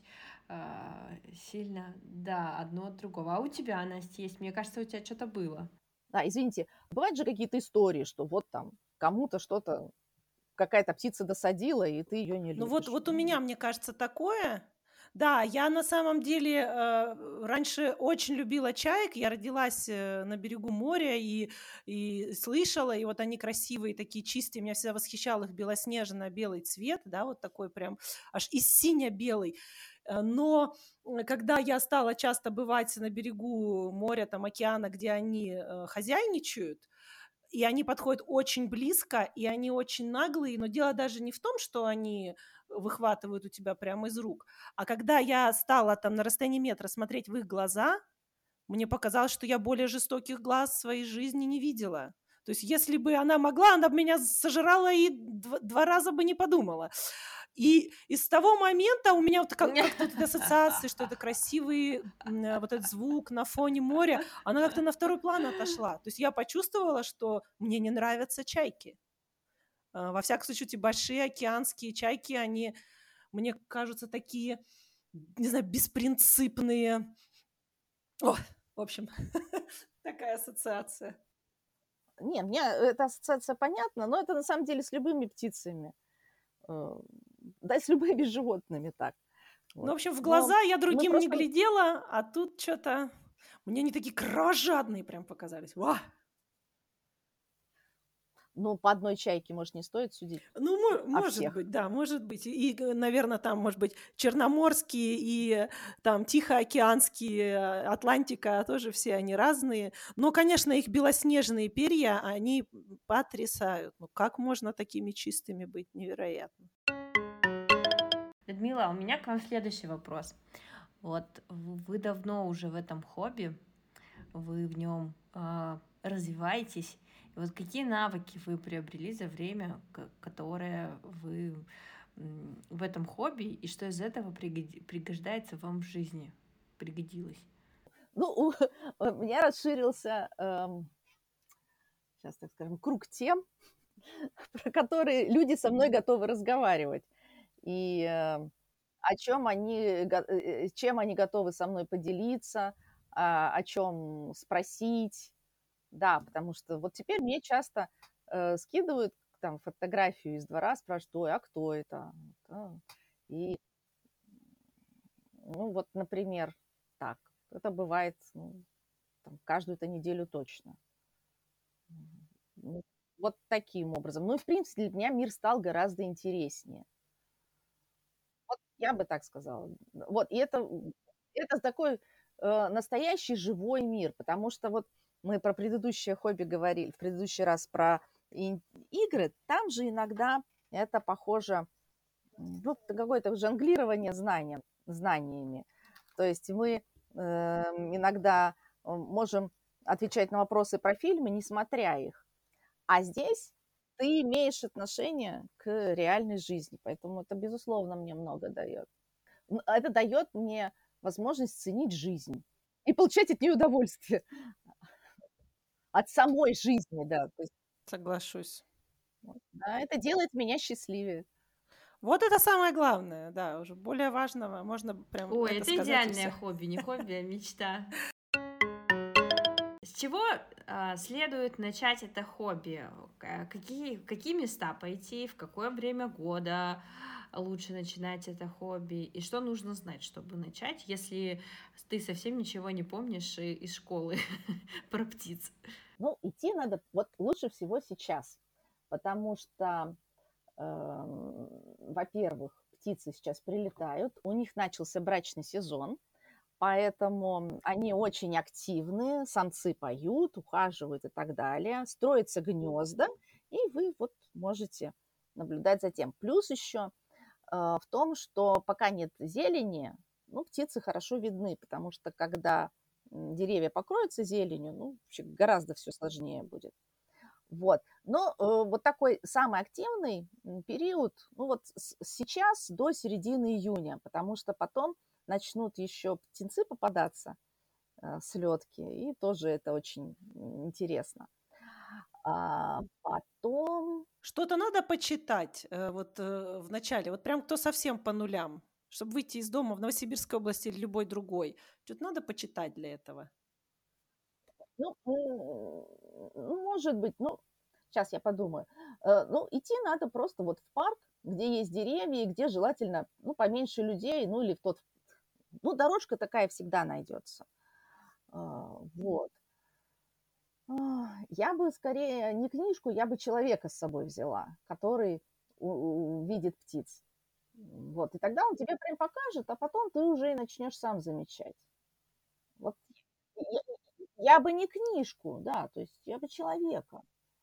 а, сильно, да, одно от другого. А у тебя, Настя, есть? Мне кажется, у тебя что-то было. Да, извините, бывают же какие-то истории, что вот там кому-то что-то, какая-то птица досадила, и ты ее не Ну вот, любишь. вот у Ну, меня, мне кажется, такое. Да, я на самом деле э, раньше очень любила чаек. Я родилась э, на берегу моря и, и слышала, и вот они красивые, такие чистые. Меня всегда восхищал их белоснежно-белый цвет, да, вот такой прям аж и сине-белый. Э, Но э, когда я стала часто бывать на берегу моря, там, океана, где они э, хозяйничают, и они подходят очень близко, и они очень наглые, но дело даже не в том, что они выхватывают у тебя прямо из рук, а когда я стала там на расстоянии метра смотреть в их глаза, мне показалось, что я более жестоких глаз в своей жизни не видела. То есть если бы она могла, она бы меня сожрала и дв- два раза бы не подумала. И, и с того момента у меня вот как- как-то вот эта ассоциация, что это красивый м, э, вот этот звук на фоне моря, она как-то на второй план отошла. То есть я почувствовала, что мне не нравятся чайки. А, Во всяком случае, эти большие океанские чайки, они, мне кажутся, такие, не знаю, беспринципные. О, в общем, такая ассоциация. не, мне эта ассоциация понятна, но это на самом деле с любыми птицами, э, да и с любыми животными так. Ну, в Вот. общем, в Но глаза я мы другим не просто, глядела, а тут что-то мне они такие кровожадные прям показались. Ва! ну, по одной чайке, может, не стоит судить Ну, мо- о может всех. быть, да, может быть. И, наверное, там, может быть, черноморские и там тихоокеанские, э, Атлантика, тоже все они разные. Но, конечно, их белоснежные перья, они потрясают. Ну, как можно такими чистыми быть? Невероятно. Людмила, у меня к вам следующий вопрос. Вот в- вы давно уже в этом хобби, вы в нем развиваетесь. И вот какие навыки вы приобрели за время, ко- которое вы м, в этом хобби, и что из этого пригоди- пригождается вам в жизни, пригодилось? Ну, у, у меня расширился, эм, сейчас так скажем, круг тем, про которые люди со мной готовы разговаривать. И э, о чем они, го- э, э, чем они готовы со мной поделиться, а, о чем спросить. Да, потому что вот теперь мне часто э, скидывают там фотографию из двора, спрашивают, ой, а кто это? А, И, ну, вот, например, так. Это бывает, ну, там, каждую-то неделю точно. Ну, вот таким образом. Ну и, в принципе, для меня мир стал гораздо интереснее. Вот я бы так сказала. Вот, и это, это такой э, настоящий живой мир, потому что вот мы про предыдущее хобби говорили, в предыдущий раз про ин- игры, там же иногда это похоже, м, ну, какое-то жонглирование знанием, знаниями. То есть мы э, иногда э, можем отвечать на вопросы про фильмы, не смотря их. А здесь ты имеешь отношение к реальной жизни, поэтому это, безусловно, мне много дает. Н- Это дает мне возможность ценить жизнь и получать от нее удовольствие, от самой жизни, да. То есть, Соглашусь. вот, да, это делает меня счастливее. Вот это самое главное, да, уже более важного можно прям Ой, это это сказать и идеальное все. хобби, не хобби, а мечта. С чего а, следует начать это хобби? К- Какие, в какие места пойти, в какое время года лучше начинать это хобби? И что нужно знать, чтобы начать, если ты совсем ничего не помнишь и- из школы про птиц? Ну, идти надо вот лучше всего сейчас, потому что, эм, во-первых, птицы сейчас прилетают, у них начался брачный сезон, поэтому они очень активны, самцы поют, ухаживают и так далее, строятся гнезда, и вы вот можете наблюдать за тем. Плюс еще э, в том, что пока нет зелени, ну, птицы хорошо видны, потому что когда м, деревья покроются зеленью, ну, вообще гораздо все сложнее будет. Вот. Но э, вот такой самый активный м, период, ну вот с- сейчас до середины июня, потому что потом начнут еще птенцы попадаться, э, слетки, и тоже это очень м, интересно. А потом, Что-то надо почитать э, вот э, в начале, вот прям кто совсем по нулям, чтобы выйти из дома в Новосибирской области или любой другой. Что-то надо почитать для этого. ну, м, ну, может быть, ну, сейчас я подумаю. Э, Ну, идти надо просто вот в парк, где есть деревья, и где желательно, ну, поменьше людей, ну, или в тот, ну, дорожка такая всегда найдется. А, Вот. А, Я бы скорее не книжку, я бы человека с собой взяла, который у- у- видит птиц. Вот, и тогда он тебе прям покажет, а потом ты уже и начнешь сам замечать. Вот я, я бы не книжку, да, то есть я бы человека.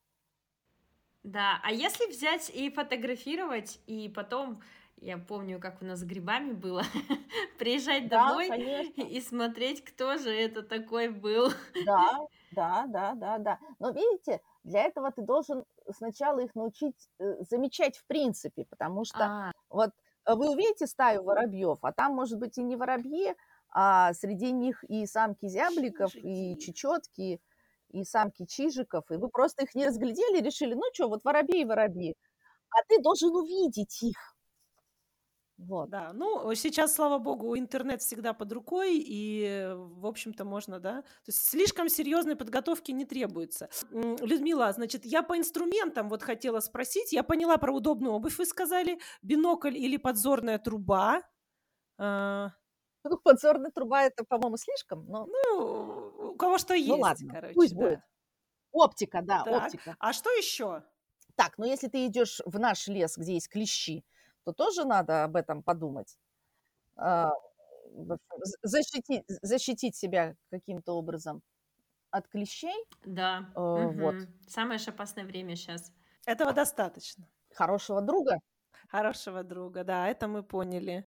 Да, а если взять и фотографировать, и потом, я помню, как у нас с грибами было, приезжать Да, домой конечно, и смотреть, кто же это такой был. да, да, да, да, да. Но видите, для этого ты должен сначала их научить э, замечать в принципе, потому что А, вот э, вы увидите стаю воробьев, а там может быть и не воробьи, а среди них и самки зябликов, и Чижики. чечетки, и самки чижиков, и вы просто их не разглядели, решили, ну что, вот воробьи и воробьи, а ты должен увидеть их. Вот. Да, ну, сейчас, слава богу, интернет всегда под рукой, и, э, в общем-то, можно, да. То есть слишком серьезной подготовки не требуется. М, Людмила, значит, я по инструментам вот хотела спросить. Я поняла про удобную обувь, вы сказали. Бинокль или подзорная труба. А, Ну, подзорная труба это, по-моему, слишком, но ну, у кого что ну есть, ладно, короче, пусть будет. да. Оптика, да, Так, оптика. а что еще? Так, но если ты идешь в наш лес, где есть клещи, то тоже надо об этом подумать. А, в общем, з- защитить, защитить себя каким-то образом от клещей. да, Э, Вот. мгм. Самое же опасное время сейчас. Этого достаточно. Хорошего друга. Хорошего друга, да, это мы поняли.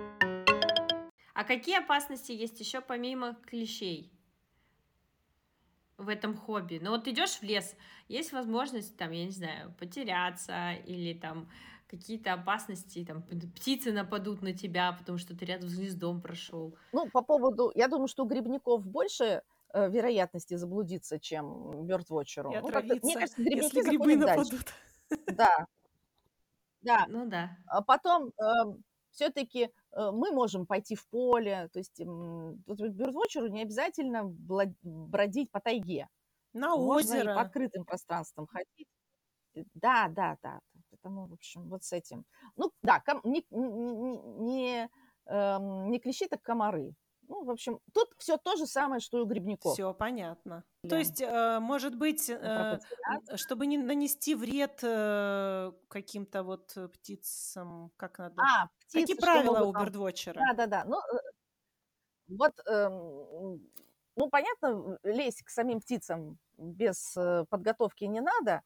А какие опасности есть еще помимо клещей в этом хобби? Ну вот идешь в лес, есть возможность там, я не знаю, потеряться или там какие-то опасности, там, п- птицы нападут на тебя, потому что ты рядом с гнездом прошел. Ну, по поводу... Я думаю, что у грибников больше э, вероятности заблудиться, чем бёрдвотчеру. И Ну, как-то, мне отравиться, кажется, если грибники грибы заходят дальше. нападут. Да, да. Ну да. А потом все-таки мы можем пойти в поле, то есть м, тут бёрдвотчеру не обязательно бла- бродить по тайге. На Можно и по озеро. открытым пространствам ходить. Э, Да, да, да. Поэтому, в общем, вот с этим. Ну, да, ком- не, не, не, эм, не клещи, так комары. Ну, в общем, тут все то же самое, что и у грибников. Все понятно. То Лен, есть, э, может быть, ну, про э, потеряться. н- чтобы не нанести вред э, каким-то вот э, птицам, как надо? А, Какие птицы, что правила могут у нам... бёрдвотчера? Да, да, да. Ну, э, вот, эм, ну, понятно, лезть к самим птицам без э, подготовки не надо.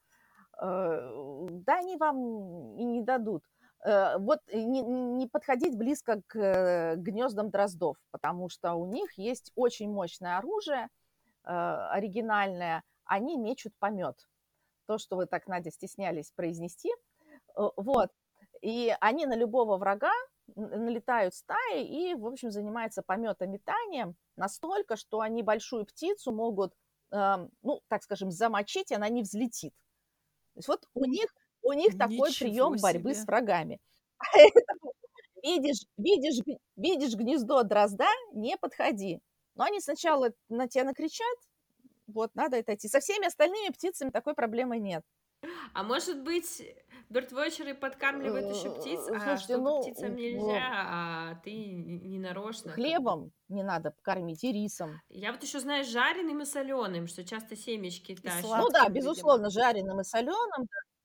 Э, Да, они вам и не дадут. Э, Вот не, не подходить близко к э, гнездам дроздов, потому что у них есть очень мощное оружие, э, оригинальное. Они мечут помет. То, что вы так, Надя, стеснялись произнести. Э, Вот. И они на любого врага н- налетают стаи и, в общем, занимаются пометометанием настолько, что они большую птицу могут, эм, ну, так скажем, замочить, и она не взлетит. То есть вот у них, у них такой Ничего прием борьбы с себе. врагами. Поэтому видишь, видишь, г- видишь гнездо дрозда, не подходи. Но они сначала на тебя накричат, вот, надо это идти. Со всеми остальными птицами такой проблемы нет. А может быть, бёрдвотчеры подкармливают еще птиц, Э, а Слушайте, что-то птицам ну, в- нельзя, а ты не нарочно как бы. хлебом не надо кормить и рисом. Я вот еще знаю жареным и соленым, что часто семечки И тащат. Ну да, сладким, видимо. безусловно, жареным и соленым.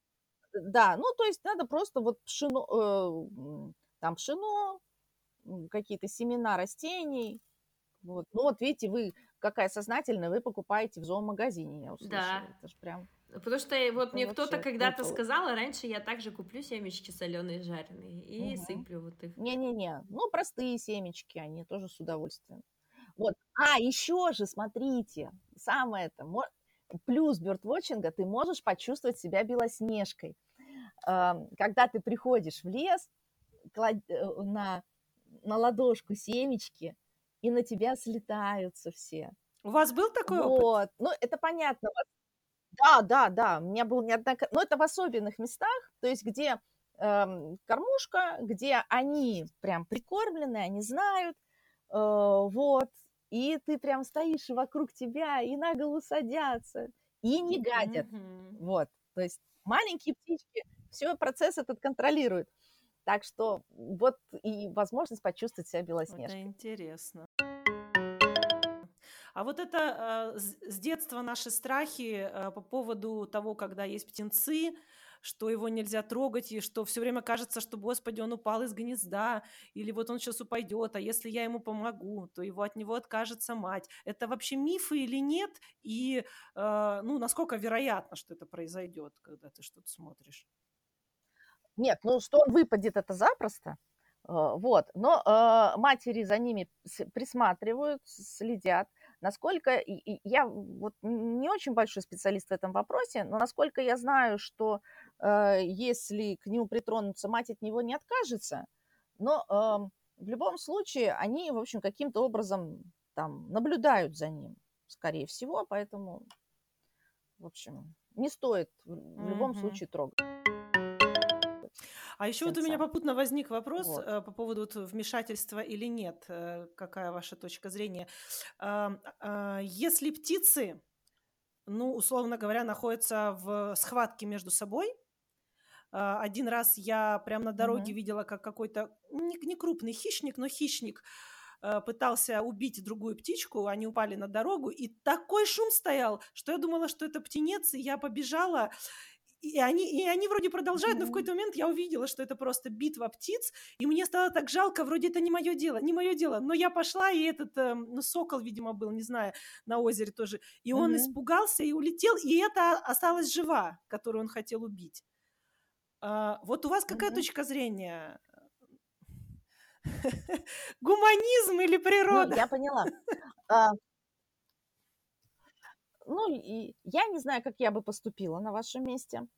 Да, ну то есть надо просто вот пшено, э, м, там пшено, м, какие-то семена растений. Вот. Ну вот видите, вы какая сознательная, вы покупаете в зоомагазине, я услышала. Да. Это же прям, Потому что вот это мне кто-то вообще, когда-то ну, сказал, а раньше я также куплю семечки соленые жареные и угу. сыплю вот их. Не-не-не, ну простые семечки, они тоже с удовольствием. Вот. А, еще же, смотрите, самое это, мо- плюс бёрдвотчинга, ты можешь почувствовать себя белоснежкой. Ам, Когда ты приходишь в лес, клад- э, на, на ладошку семечки, и на тебя слетаются все. У вас был такой опыт? Вот, ну это понятно. Вот. Да, да, да, у меня был неоднократно, но это в особенных местах, то есть где эм, кормушка, где они прям прикормлены, они знают, э, вот, и ты прям стоишь, и вокруг тебя, и на голову садятся, и не гадят, Мгм. вот, то есть маленькие птички все процесс этот контролируют, так что вот и возможность почувствовать себя Это белоснежкой. интересно. А вот это э, с с детства наши страхи э, по поводу того, когда есть птенцы, что его нельзя трогать, и что все время кажется, что, Господи, он упал из гнезда, или вот он сейчас упадет, а если я ему помогу, то его от него откажется мать. Это вообще мифы или нет? И э, ну, насколько вероятно, что это произойдет, когда ты что-то смотришь? Нет, ну что он выпадет, это запросто. Э, Вот. Но э, матери за ними с- присматривают, следят. Насколько и- и я вот не очень большой специалист в этом вопросе, но насколько я знаю, что э, если к нему притронуться, мать от него не откажется. Но эм, в любом случае они, в общем, каким-то образом там наблюдают за ним, скорее всего, поэтому, в общем, не стоит в в любом Мгм. случае трогать А еще вот у меня птенца. попутно возник вопрос Вот. э, по поводу вот вмешательства или нет. Э, какая ваша точка зрения? А, а, Если птицы, ну, условно говоря, находятся в схватке между собой, а, один раз я прям на дороге Мгм. видела, как какой-то не, не крупный хищник, но хищник э, пытался убить другую птичку, они упали на дорогу, и такой шум стоял, что я думала, что это птенец, и я побежала, и они, и они вроде продолжают, но в Мгм. какой-то момент я увидела, что это просто битва птиц, и мне стало так жалко, вроде это не мое дело, не мое дело. Но я пошла, и этот, э, ну, сокол, видимо, был, не знаю, на озере тоже, и он Мгм. испугался и улетел, и это осталась жива, которую он хотел убить. А, вот у вас какая Мгм. точка зрения? Гуманизм или Ну, природа? я поняла. А, ну, и я не знаю, как я бы поступила на вашем месте.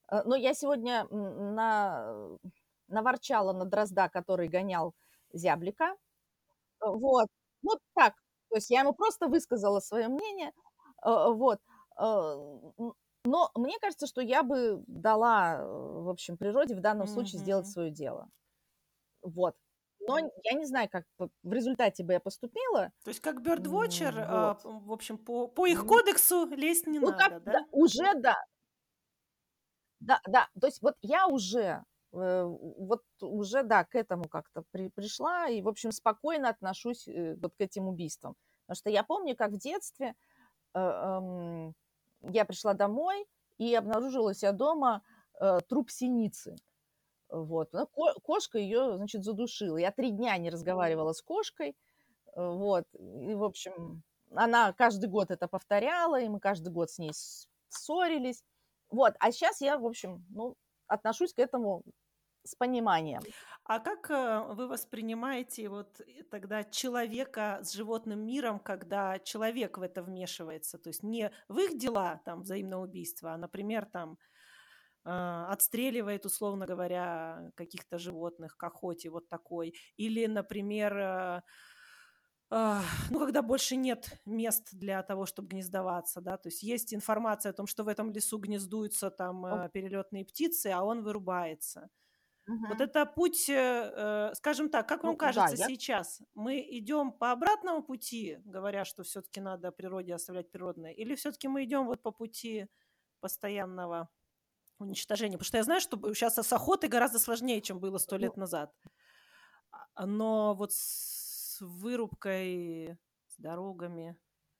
Э, Но я сегодня м, на... наворчала на дрозда, который гонял зяблика. Э, Вот. Ну, так. То есть я ему просто высказала свое мнение. Э, Вот. Э, н- Но мне кажется, что я бы дала, э, в общем, природе в данном случае сделать Мгм. свое дело. Вот. Но я не знаю, как п- в результате бы я поступила. То есть как М, бёрдвотчер, а, Вот. п- в общем, по, по их М, кодексу лезть не Ну, как, надо, да, да? уже, да, да, да. То есть вот я уже, э, вот уже, да, к этому как-то при- пришла и, в общем, спокойно отношусь э, вот к этим убийствам. Потому что я помню, как в детстве э, эм, я пришла домой и обнаружила у себя дома э, труп синицы. Вот. Ну, ко- кошка ее, значит, задушила. Я три дня не разговаривала с кошкой. Э, Вот. И, в общем, она каждый год это повторяла, и мы каждый год с ней с- ссорились. Вот. А сейчас я, в общем, ну, отношусь к этому с пониманием. А как э, вы воспринимаете вот э, тогда человека с животным миром, когда человек в это вмешивается? То есть не в их дела, там, взаимного убийства, а, например, там, а, отстреливает, условно говоря, каких-то животных к охоте, вот такой. Или, например, э, а, ну, когда больше нет мест для того, чтобы гнездоваться, да, то есть есть информация о том, что в этом лесу гнездуются там О, э, перелетные птицы, а он вырубается. Вот мгм. это путь, э, э, скажем так, как вам Ну да, кажется я сейчас, мы идем по обратному пути, говоря, что все-таки надо природе оставлять природное, или все-таки мы идем вот по пути постоянного уничтожения? Потому что я знаю, что сейчас с охотой гораздо сложнее, чем было сто ну, лет назад. А, Но вот с вырубкой, с дорогами.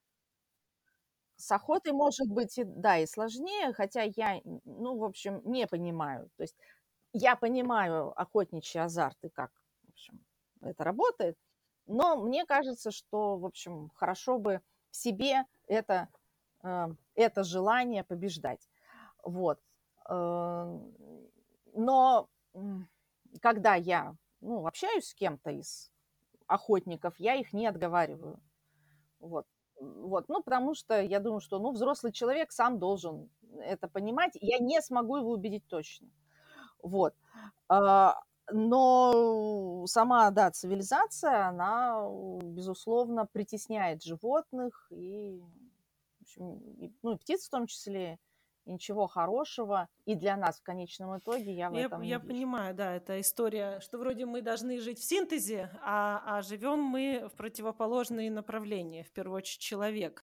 с охотой может быть, и, да, и сложнее, хотя я, н- ну, в общем, не понимаю. То есть я понимаю охотничий азарт и как, в общем, это работает, но мне кажется, что, в общем, хорошо бы в себе это, э, это желание побеждать. Вот. Э, Но м, когда я, ну, общаюсь с кем-то из охотников, я их не отговариваю. Вот. Вот. Ну, потому что я думаю, что, ну, взрослый человек сам должен это понимать. Я не смогу его убедить точно. Вот. А, но сама, да, цивилизация, она, безусловно, притесняет животных и, в общем, и, ну, и птиц в том числе. И ничего хорошего и для нас в конечном итоге я в Я, этом не я вижу. понимаю, да, это история, что вроде мы должны жить в синтезе, а, а живем мы в противоположные направления, в первую очередь человек.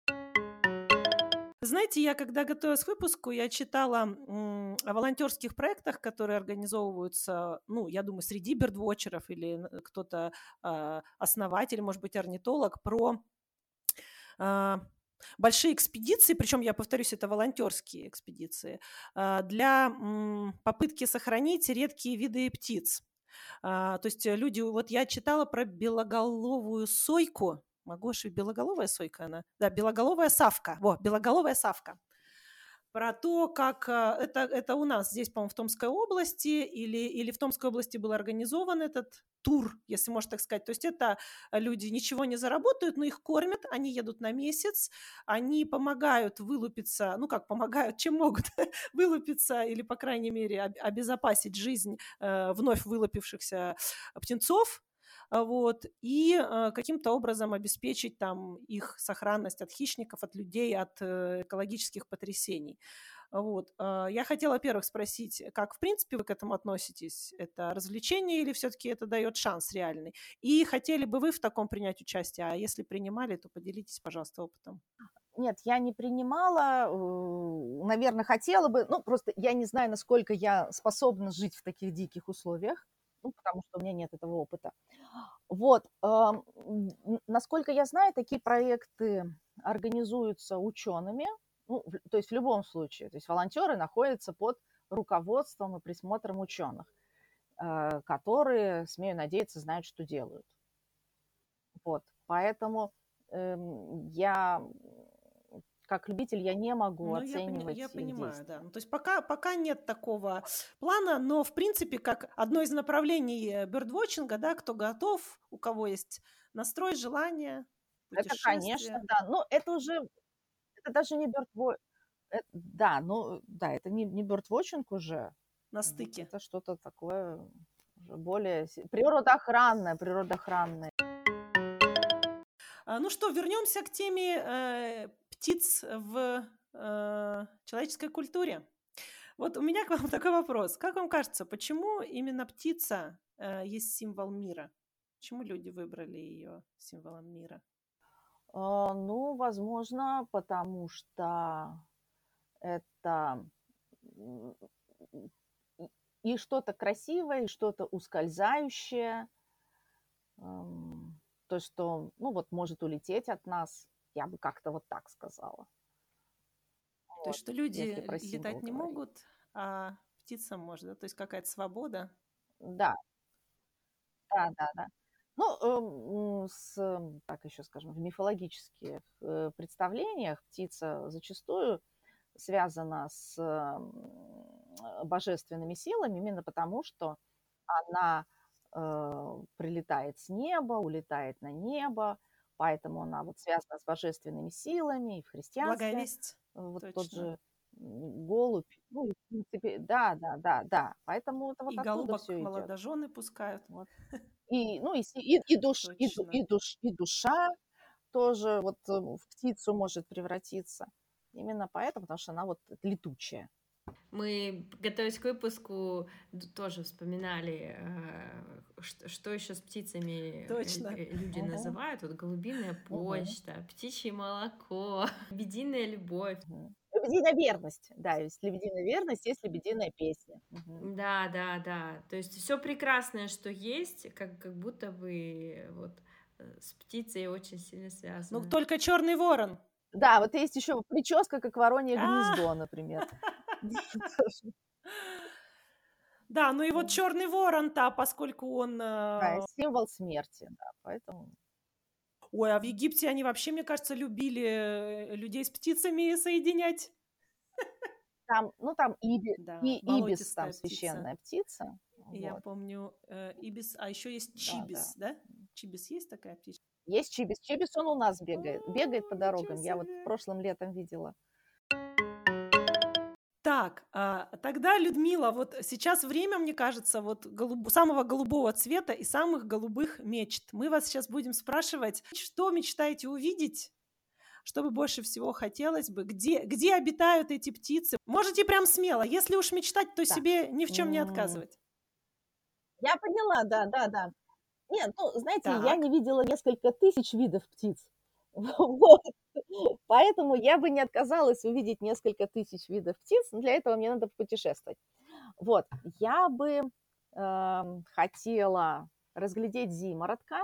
Знаете, я когда готовилась к выпуску, я читала м, о волонтерских проектах, которые организовываются, ну, я думаю, среди бердвотчеров или н- кто-то а, основатель, может быть, орнитолог, про а, большие экспедиции, причем, я повторюсь, это волонтерские экспедиции, а, для м, попытки сохранить редкие виды птиц. А, то есть э, люди, вот я читала про белоголовую сойку, могу ошибиться, белоголовая сойка она? Да, белоголовая савка, во, белоголовая савка. Про то, как а, это, это у нас здесь, по-моему, в Томской области или, или в Томской области был организован этот тур, если можно так сказать. То есть это люди ничего не заработают, но их кормят, они едут на месяц, они помогают вылупиться, ну как помогают, чем могут вылупиться или, по крайней мере, об- обезопасить жизнь э, вновь вылупившихся птенцов, а, вот, и э, каким-то образом обеспечить там их сохранность от хищников, от людей, от э, экологических потрясений. Вот. а, Я хотела, во-первых, спросить, как в принципе вы к этому относитесь? Это развлечение или все-таки это дает шанс реальный? И хотели бы вы в таком принять участие? А если принимали, то поделитесь, пожалуйста, опытом. Нет, я не принимала, наверное, хотела бы, ну, просто я не знаю, насколько я способна жить в таких диких условиях, ну, потому что у меня нет этого опыта. Вот, ам, н- насколько я знаю, такие проекты организуются учеными, ну, в- то есть в любом случае, то есть волонтеры находятся под руководством и присмотром ученых, э, которые, смею надеяться, знают, что делают. Вот, поэтому эм, я, как любитель, я не могу Ну, я, пони- я оценивать их понимаю, да. действия. Ну, то есть пока, пока нет такого плана, но, в принципе, как одно из направлений э, бёрдвотчинга, да, кто готов, у кого есть настрой, желание, Это, конечно, путешествие. да. Но это уже, это даже не бёрдво э, да, ну да, это не, не birdwatching уже. На Вот стыке. это что-то такое уже более се- природоохранное, природоохранное. А, Ну что, вернемся к теме э, птиц в э, человеческой культуре. Вот у меня к вам такой вопрос. Как вам кажется, почему именно птица э, есть символ мира? Почему люди выбрали ее символом мира? А, Ну, возможно, потому что это м, и и что-то красивое, и что-то ускользающее, ам, то, что, ну, вот может улететь от нас, я бы как-то вот так сказала, То есть, вот, что люди если про символ летать не говорить. могут, а птица может, да? То есть какая-то свобода. Да, да, да, да. Ну, эм, м, с, м, так еще скажем, в мифологических э, представлениях птица зачастую связана с м, э, божественными силами именно потому, что она э, прилетает с неба, улетает на небо, поэтому она вот связана с божественными силами и в Благая христианстве. весть, Э, Вот тот точно. же м, голубь, ну, и в принципе, да, да, да, да, поэтому это вот И оттуда голубок все идет. молодожены пускают, Вот. И, ну, и, си- и, и, душ, и, ду- точно. и, душ, и душа тоже вот э, в птицу может превратиться. Именно поэтому, потому что она вот летучая. Мы, готовясь к выпуску, д- тоже вспоминали, э, ш- что еще с птицами э, Точно. э, люди Мгм, называют. Вот голубиная мгм, почта, птичье молоко, лебединая любовь. мгм. Лебединая верность. Да, есть лебединая верность, есть лебединая песня. Мгм. Да, да, да. То есть все прекрасное, что есть, как, как будто бы вот э, с птицей очень сильно Ну, связано. только черный ворон. Да, вот есть еще прическа, как воронье А! гнездо, например. Тоже. Да, ну и вот Да, черный ворон-то, поскольку он... да, э, символ смерти, да, поэтому. Ой, а в Египте они вообще, мне кажется, любили э, людей с птицами соединять. Там, ну, там иби, Да, и ибис, там болотистая птица. священная птица. Я Вот, помню э, ибис, а еще есть да, да. чибис, да? Чибис есть такая птичка? Есть чибис. Чибис, он у нас бегает. Бегает О, по ничего дорогам. Я вот себе! прошлым летом видела. Так, а, тогда, Людмила, вот сейчас время, мне кажется, вот голуб- самого голубого цвета и самых голубых мечт. Мы вас сейчас будем спрашивать, что мечтаете увидеть, что бы больше всего хотелось бы, где, где обитают эти птицы. Можете прям смело, если уж мечтать, то Так, себе ни в чем не м, отказывать. я поняла, да, да, да. Нет, ну, знаете, я Так, не видела несколько тысяч видов птиц. Вот. Поэтому я бы не отказалась увидеть несколько тысяч видов птиц. Но для этого мне надо путешествовать. Вот. Я бы эм, хотела разглядеть зимородка,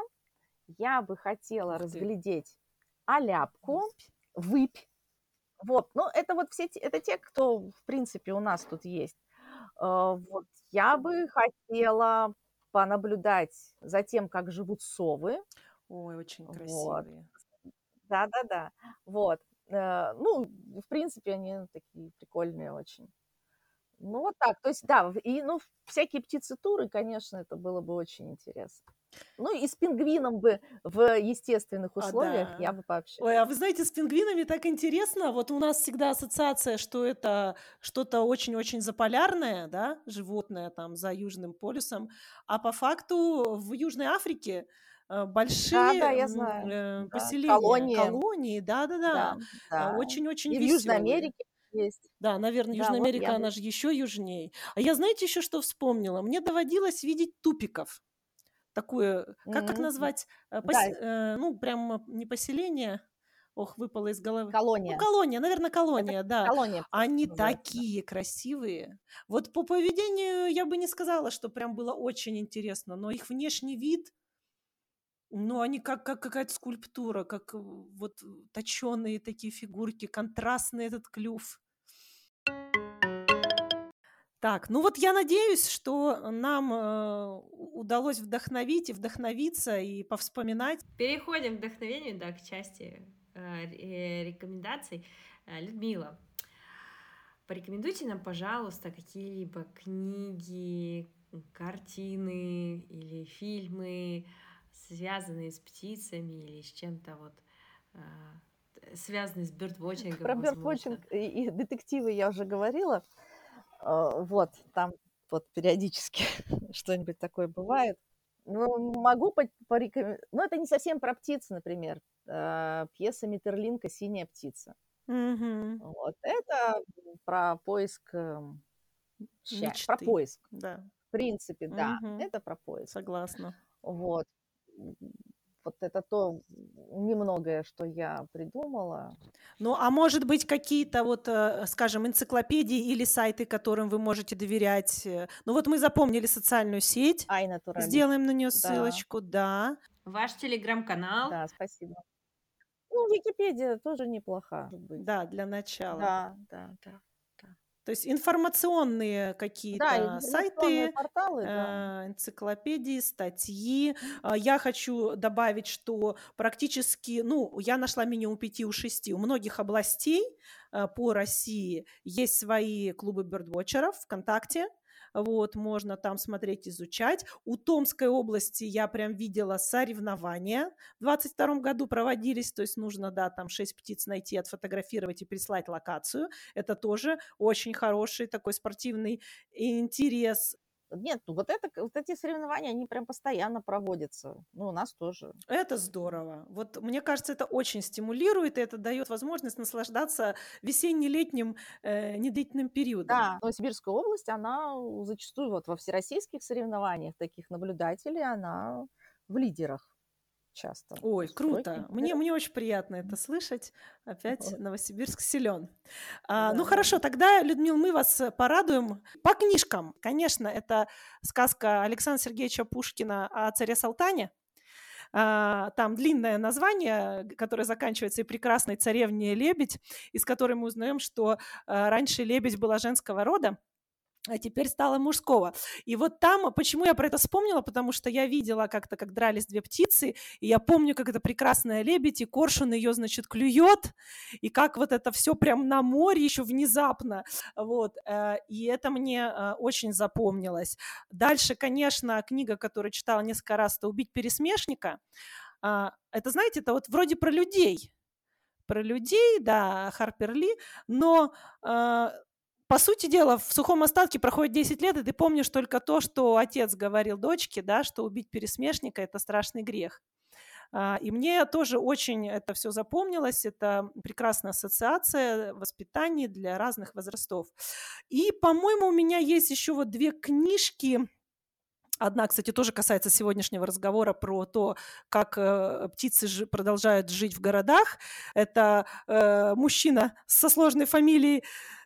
я бы хотела ух ты. разглядеть аляпку, Выпь. выпь. Вот. Ну, это вот все, те- это те, кто, в принципе, у нас тут есть. Э, Вот. Я бы хотела понаблюдать за тем, как живут совы. Ой, очень Вот. красивые. Да-да-да. Вот. Э, Ну, в принципе, они такие прикольные очень. Ну, вот так. То есть, да, в- и, ну, всякие птицы-туры, конечно, это было бы очень интересно. Ну, и с пингвином бы в естественных А, условиях я да. бы Ой, пообщалась. а вы знаете, с пингвинами так интересно. Вот у нас всегда ассоциация, что это что-то очень-очень заполярное, да, животное там за Южным полюсом. А по факту в Южной Африке э, Да-да, большие я м, знаю. э, Да, поселения, колонии, колонии, да, да-да-да, э, да. очень-очень И в Южной веселые. Америке есть. Да, наверное, Да, Южная вот я Америка, бы. она же еще южней. А я, знаете, еще что вспомнила? Мне доводилось видеть тупиков. Такое, как, как М, назвать, э, Да, пос- э, ну, прям не поселение, ох, выпало из головы. Ну, колония. колония, наверное, Это колония, да. колония птиц Они называется, да. такие красивые. Вот по поведению я бы не сказала, что прям было очень интересно, но их внешний вид, ну, они как, как какая-то скульптура, как э, вот точеные такие фигурки, контрастный этот клюв. Так, ну вот я надеюсь, что нам э, удалось вдохновить и вдохновиться и повспоминать. Переходим к вдохновению, да, к части э, ре- рекомендаций. Э, Людмила, порекомендуйте нам, пожалуйста, какие-либо книги, картины или фильмы, связанные с птицами или с чем-то вот э, связанный с бёрдвотчингом, Про возможно. бёрдвотчинг и, и детективы я уже говорила. Э, Вот, там вот периодически что-нибудь такое бывает. Ну, могу порекомендовать. Ну, это не совсем про птиц, например. Э, Пьеса Метерлинка «Синяя птица». Мгм. Вот. Это про поиск эм, ща- про Мечты. поиск. Да. В принципе, да, Мгм. это про поиск. Согласна. Вот. М, Вот это то немногое, что я придумала. Ну, а может быть, какие-то вот, э, скажем, энциклопедии или сайты, которым вы можете доверять? э? Ну, вот мы запомнили социальную сеть, Ай, натуралист. сделаем на нее Да, ссылочку, да. Ваш телеграм-канал. да, спасибо. Ну, Википедия тоже неплоха, может быть. Да, для начала. Да, да, да. да. То есть информационные Да, какие-то информационные сайты, порталы, да. э, энциклопедии, статьи. А, Я хочу добавить, что практически, ну, я нашла минимум пяти у шести. У многих областей э, по России есть свои клубы бёрдвотчеров ВКонтакте. Вот, можно там смотреть, изучать. У Томской области я прям видела соревнования. В двадцать втором году проводились, то есть нужно, да, там шесть птиц найти, отфотографировать и прислать локацию. Это тоже очень хороший такой спортивный интерес. Нет, ну вот, это, вот эти соревнования, они прям постоянно проводятся. Ну, у нас тоже. Это здорово. Вот мне кажется, это очень стимулирует, и это дает возможность наслаждаться весенне-летним э, недлительным периодом. Да, Новосибирская область, она зачастую вот во всероссийских соревнованиях таких наблюдателей, она в лидерах часто. То Ой, есть тройки круто. Мне, лидеров. мне очень приятно это слышать. Опять Вот, Новосибирск силен. А, ну да. хорошо, тогда, Людмила, мы вас э, порадуем по книжкам. Конечно, это сказка Александра Сергеевича Пушкина о царе Салтане. А, Там длинное название, г- которое заканчивается «И прекрасной царевне лебедь», из которой мы узнаем, что а, раньше лебедь была женского рода, а теперь стала мужского. И вот там, почему я про это вспомнила, потому что я видела как-то, как дрались две птицы, и я помню, как эта прекрасная лебедь, и коршун ее, значит, клюет, и как вот это все прям на море еще внезапно, вот, э, и это мне э, очень запомнилось. Дальше, конечно, книга, которую читала несколько раз, это «Убить пересмешника». А, Это, знаете, это вот вроде про людей, про людей, да, Харпер Ли, но э, по сути дела, в сухом остатке проходит десять лет, и ты помнишь только то, что отец говорил дочке, да, что убить пересмешника – это страшный грех. А, И мне тоже очень это все запомнилось. Это прекрасная ассоциация воспитания для разных возрастов. И, по-моему, у меня есть еще вот две книжки. Одна, кстати, тоже касается сегодняшнего разговора про то, как э, птицы жи- продолжают жить в городах. Это э, мужчина со сложной фамилией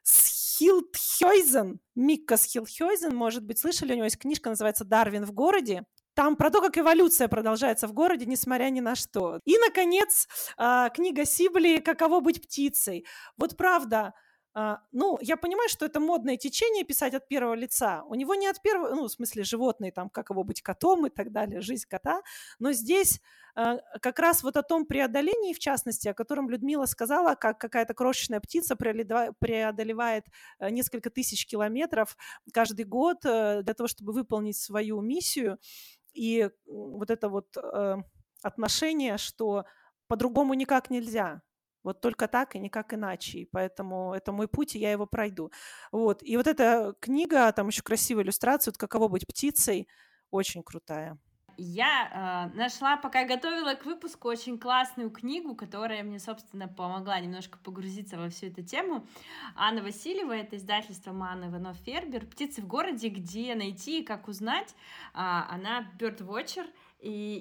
Схилдхёйзен, Микка Схилдхёйзен, может быть, слышали, у него есть книжка, называется «Дарвин в городе». Там про то, как эволюция продолжается в городе, несмотря ни на что. И, наконец, а, книга Сибли «Каково быть птицей». Вот правда, а, ну, я понимаю, что это модное течение писать от первого лица. У него не от первого, ну, в смысле, животные, там, каково быть котом и так далее, жизнь кота. Но здесь а, как раз вот о том преодолении, в частности, о котором Людмила сказала, как какая-то крошечная птица преодолева- преодолевает э, несколько тысяч километров каждый год э, для того, чтобы выполнить свою миссию. И м, вот это вот э, отношение, что по-другому никак нельзя. Вот только так и никак иначе. И поэтому это мой путь, и я его пройду. Вот. И вот эта книга, там еще красивая иллюстрация, вот «Каково быть птицей», очень крутая. Я э, нашла, пока готовила к выпуску, очень классную книгу, которая мне, собственно, помогла немножко погрузиться во всю эту тему. Анна Васильева, это издательство Манна Иванов Фербер «Птицы в городе. Где найти и как узнать». А, она birdwatcher, и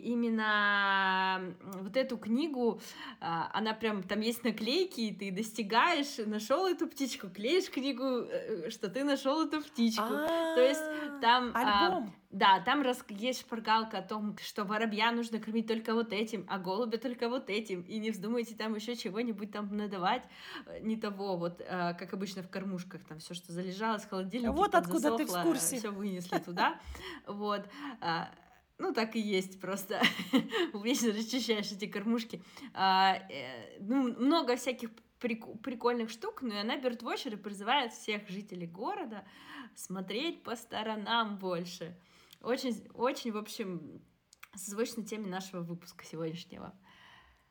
именно вот эту книгу, а, она прям, там есть наклейки, и ты достигаешь, нашел эту птичку, клеишь книгу, э, что ты нашел эту птичку. То есть там... а, Альбом. Да, там рас- есть шпаргалка о том, что воробья нужно кормить только вот этим, а голубя только вот этим, и не вздумайте там еще чего-нибудь там надавать, э, не того, вот, э, как обычно в кормушках, там все, что залежалось в холодильнике, Вот откуда ты в курсе. все вынесли туда, вот, а, ну, так и есть просто, вечно расчищаешь эти кормушки. А, э, ну, много всяких прик- прикольных штук, но и она birdwatcher и призывает всех жителей города смотреть по сторонам больше. Очень, очень, в общем, созвучна теме нашего выпуска сегодняшнего.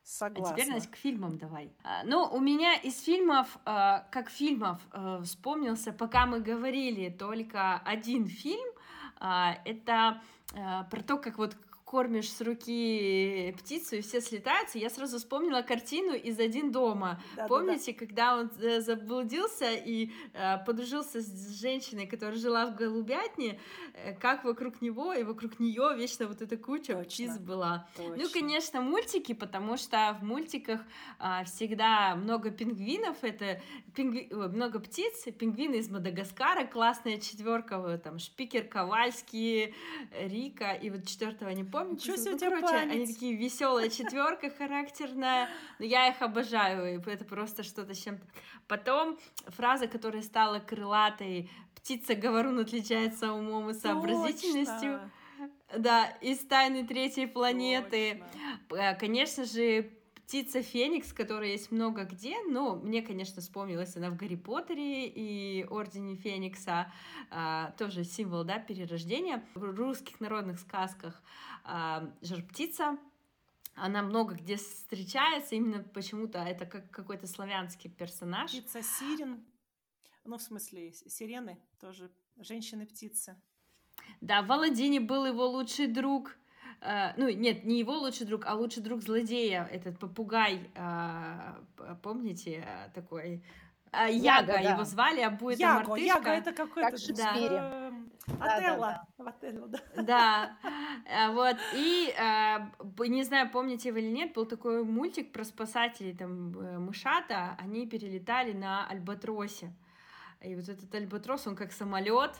Согласна. А теперь, значит, к фильмам давай. А, ну, у меня из фильмов, а, как фильмов, а, вспомнился, пока мы говорили, только один фильм. А, это а, про то, как вот кормишь с руки птицу, и все слетаются. Я сразу вспомнила картину из «Один дома». Да, Помните, да, да. когда он заблудился и э, подружился с женщиной, которая жила в голубятне, э, как вокруг него и вокруг нее вечно вот эта куча Точно. птиц была. Точно. Ну, конечно, мультики, потому что в мультиках э, всегда много пингвинов, это пингви... много птиц, пингвины из Мадагаскара, классная четверка, там Шпикер, Ковальский, Рика, и вот четвертого не помню. Ничего себе, ну, у тебя короче, память. Они такие веселая четверка, характерная. Но я их обожаю, это просто что-то с чем-то. Потом фраза, которая стала крылатой: «Птица говорун отличается умом и сообразительностью». Точно. Да, из «Тайны третьей планеты». Точно. Конечно же, птица Феникс, которой есть много где, но мне, конечно, вспомнилась она в «Гарри Поттере» и «Ордене Феникса», а, тоже символ, да, перерождения. В русских народных сказках а, жар-птица, она много где встречается, именно почему-то это как какой-то славянский персонаж. Птица Сирен, ну, в смысле, сирены, тоже женщины-птицы. Да, в «Аладдине» был его лучший друг. Uh, ну, нет, не его лучший друг, а лучший друг злодея, этот попугай, uh, помните, uh, такой... Uh, Яго, Яго да. его звали, а будет Яго, мартышка. Яго, это какой-то... Как в Шекспире. Отелло. В Отелло, да. Да, uh, вот, и, uh, не знаю, помните вы или нет, был такой мультик про спасателей, там, мышата, они перелетали на альбатросе. И вот этот альбатрос, он как самолет...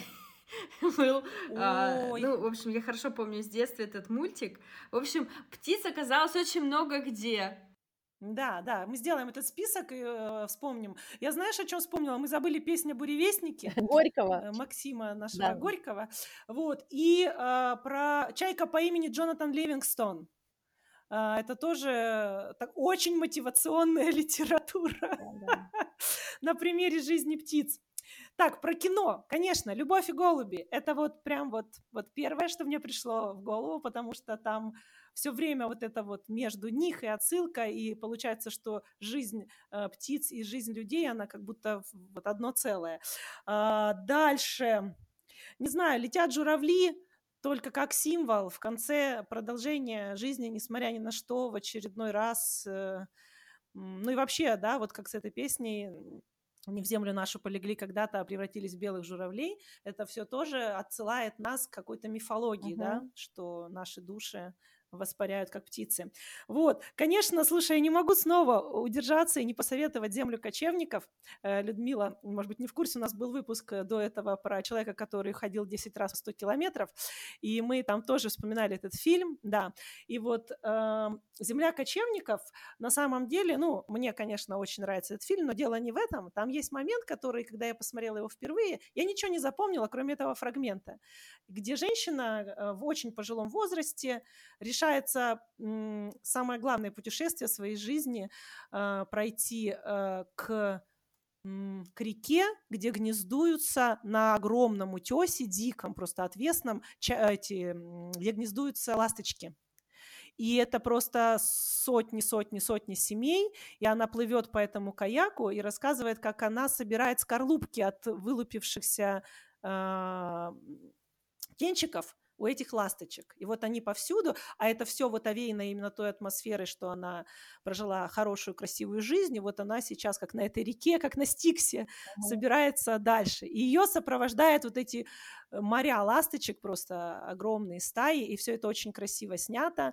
был, а, ну, в общем, я хорошо помню с детства этот мультик. В общем, птиц оказалось очень много где. Да, да, мы сделаем этот список и э, вспомним. Я знаешь, о чем вспомнила? Мы забыли песню «Буревестники» Горького. Максима нашего Да. Горького. Вот, и э, про чайка по имени Джонатан Ливингстон. Э, это тоже так, очень мотивационная литература да, да. на примере жизни птиц. Так, про кино, конечно, «Любовь и голуби» — это вот прям вот, вот первое, что мне пришло в голову, потому что там все время вот это вот между них и отсылка, и получается, что жизнь э, птиц и жизнь людей, она как будто вот одно целое. А, дальше, не знаю, «Летят журавли», только как символ в конце продолжения жизни, несмотря ни на что, в очередной раз. Э, ну и вообще, да, вот как с этой песней... «Не в землю нашу полегли когда-то, а превратились в белых журавлей», это все тоже отсылает нас к какой-то мифологии, uh-huh. да, что наши души воспаряют, как птицы. Вот, конечно, слушай, я не могу снова удержаться и не посоветовать «Землю кочевников». Людмила, может быть, не в курсе, у нас был выпуск до этого про человека, который ходил десять раз в сто километров, и мы там тоже вспоминали этот фильм, да. И вот э, «Земля кочевников» на самом деле, ну, мне, конечно, очень нравится этот фильм, но дело не в этом. Там есть момент, который, когда я посмотрела его впервые, я ничего не запомнила, кроме этого фрагмента, где женщина в очень пожилом возрасте решает решается м, самое главное путешествие своей жизни э, пройти э, к, м, к реке, где гнездуются на огромном утесе, диком, просто отвесном, ча- эти, где гнездуются ласточки. И это просто сотни, сотни, сотни семей, и она плывет по этому каяку и рассказывает, как она собирает скорлупки от вылупившихся э, птенчиков у этих ласточек. И вот они повсюду, а это все вот овеяно именно той атмосферой, что она прожила хорошую, красивую жизнь, и вот она сейчас, как на этой реке, как на Стиксе, uh-huh. собирается дальше. И ее сопровождают вот эти моря ласточек, просто огромные стаи, и все это очень красиво снято.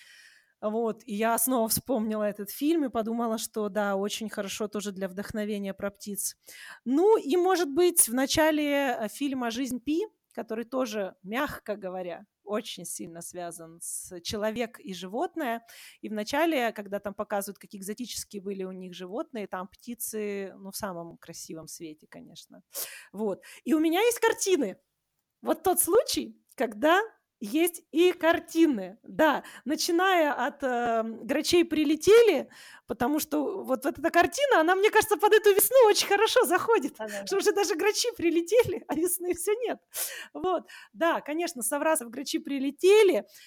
Вот, и я снова вспомнила этот фильм и подумала, что да, очень хорошо тоже для вдохновения про птиц. Ну, и, может быть, в начале фильма «Жизнь Пи», который тоже, мягко говоря, очень сильно связан с человек и животное. И вначале, когда там показывают, какие экзотические были у них животные, там птицы, ну, в самом красивом свете, конечно. Вот. И у меня есть картины. Вот тот случай, когда есть и картины, да, начиная от э, «Грачей прилетели», потому что вот, вот эта картина, она, мне кажется, под эту весну очень хорошо заходит, ага. Что уже даже грачи прилетели, а весны все нет. Вот, да, конечно, Саврасов «Грачи прилетели»,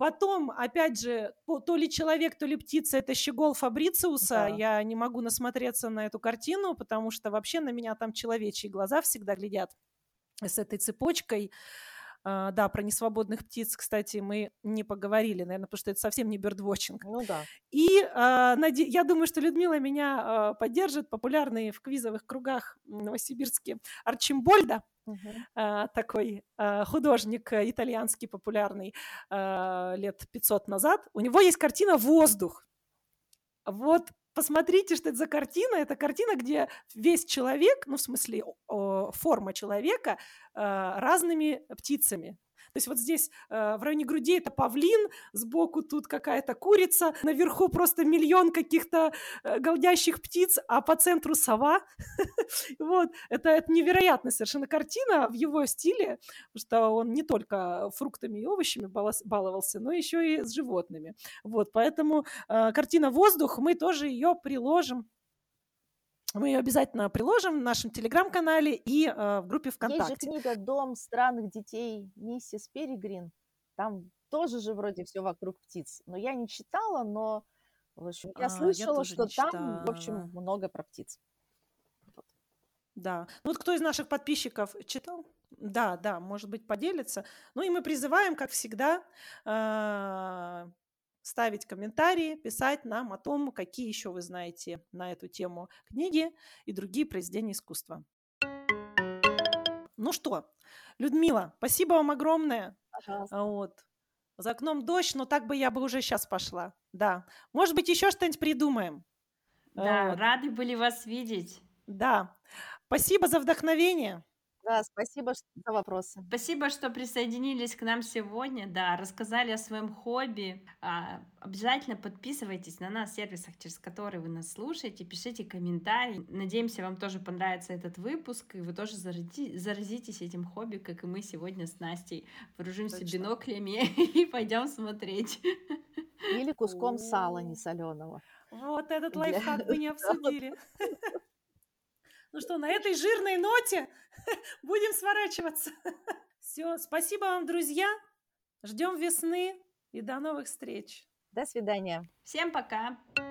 Потом, опять же, то ли человек, то ли птица, это щегол Фабрициуса. Да. Я не могу насмотреться на эту картину, потому что вообще на меня там человечьи глаза всегда глядят с этой цепочкой. Uh, да, про несвободных птиц, кстати, мы не поговорили, наверное, потому что это совсем не бёрдвотчинг. Ну да. И uh, наде... я думаю, что Людмила меня uh, поддержит. Популярный в квизовых кругах в Новосибирске Арчимбольдо, uh-huh. uh, такой uh, художник итальянский популярный uh, лет пятьсот назад. У него есть картина «Воздух». Вот посмотрите, что это за картина. Это картина, где весь человек, ну, в смысле, форма человека разными птицами. То есть вот здесь в районе груди это павлин, сбоку тут какая-то курица, наверху просто миллион каких-то голдящих птиц, а по центру сова. Вот. Это, это невероятная совершенно картина в его стиле, потому что он не только фруктами и овощами баловался, но еще и с животными. Вот. Поэтому э, картина «Воздух», мы тоже ее приложим. Мы ее обязательно приложим в нашем телеграм-канале и э, в группе ВКонтакте. Есть же книга «Дом странных детей» миссис Перегрин. Там тоже же вроде все вокруг птиц. Но я не читала, но в общем, я а, слышала, я что там, читала. в общем, много про птиц. Да. Ну вот кто из наших подписчиков читал? Да, да, может быть, поделится. Ну и мы призываем, как всегда, э- ставить комментарии, писать нам о том, какие еще вы знаете на эту тему книги и другие произведения искусства. Ну что, Людмила, спасибо вам огромное. Пожалуйста. Вот. За окном дождь, но так бы я бы уже сейчас пошла. Да. Может быть, еще что-нибудь придумаем. Да, вот. Рады были вас видеть. Да. Спасибо за вдохновение. Да, спасибо за вопросы. Спасибо, что присоединились к нам сегодня, да, рассказали о своем хобби. А, обязательно подписывайтесь на нас в сервисах, через которые вы нас слушаете, пишите комментарии. Надеемся, вам тоже понравится этот выпуск, и вы тоже зарази, заразитесь этим хобби, как и мы сегодня с Настей. Вооружимся Точно. биноклями и пойдем смотреть. Или куском сала несоленого. Вот этот лайфхак мы не обсудили. Ну что, на этой жирной ноте будем сворачиваться. Все, спасибо вам, друзья. Ждем весны и до новых встреч. До свидания. Всем пока.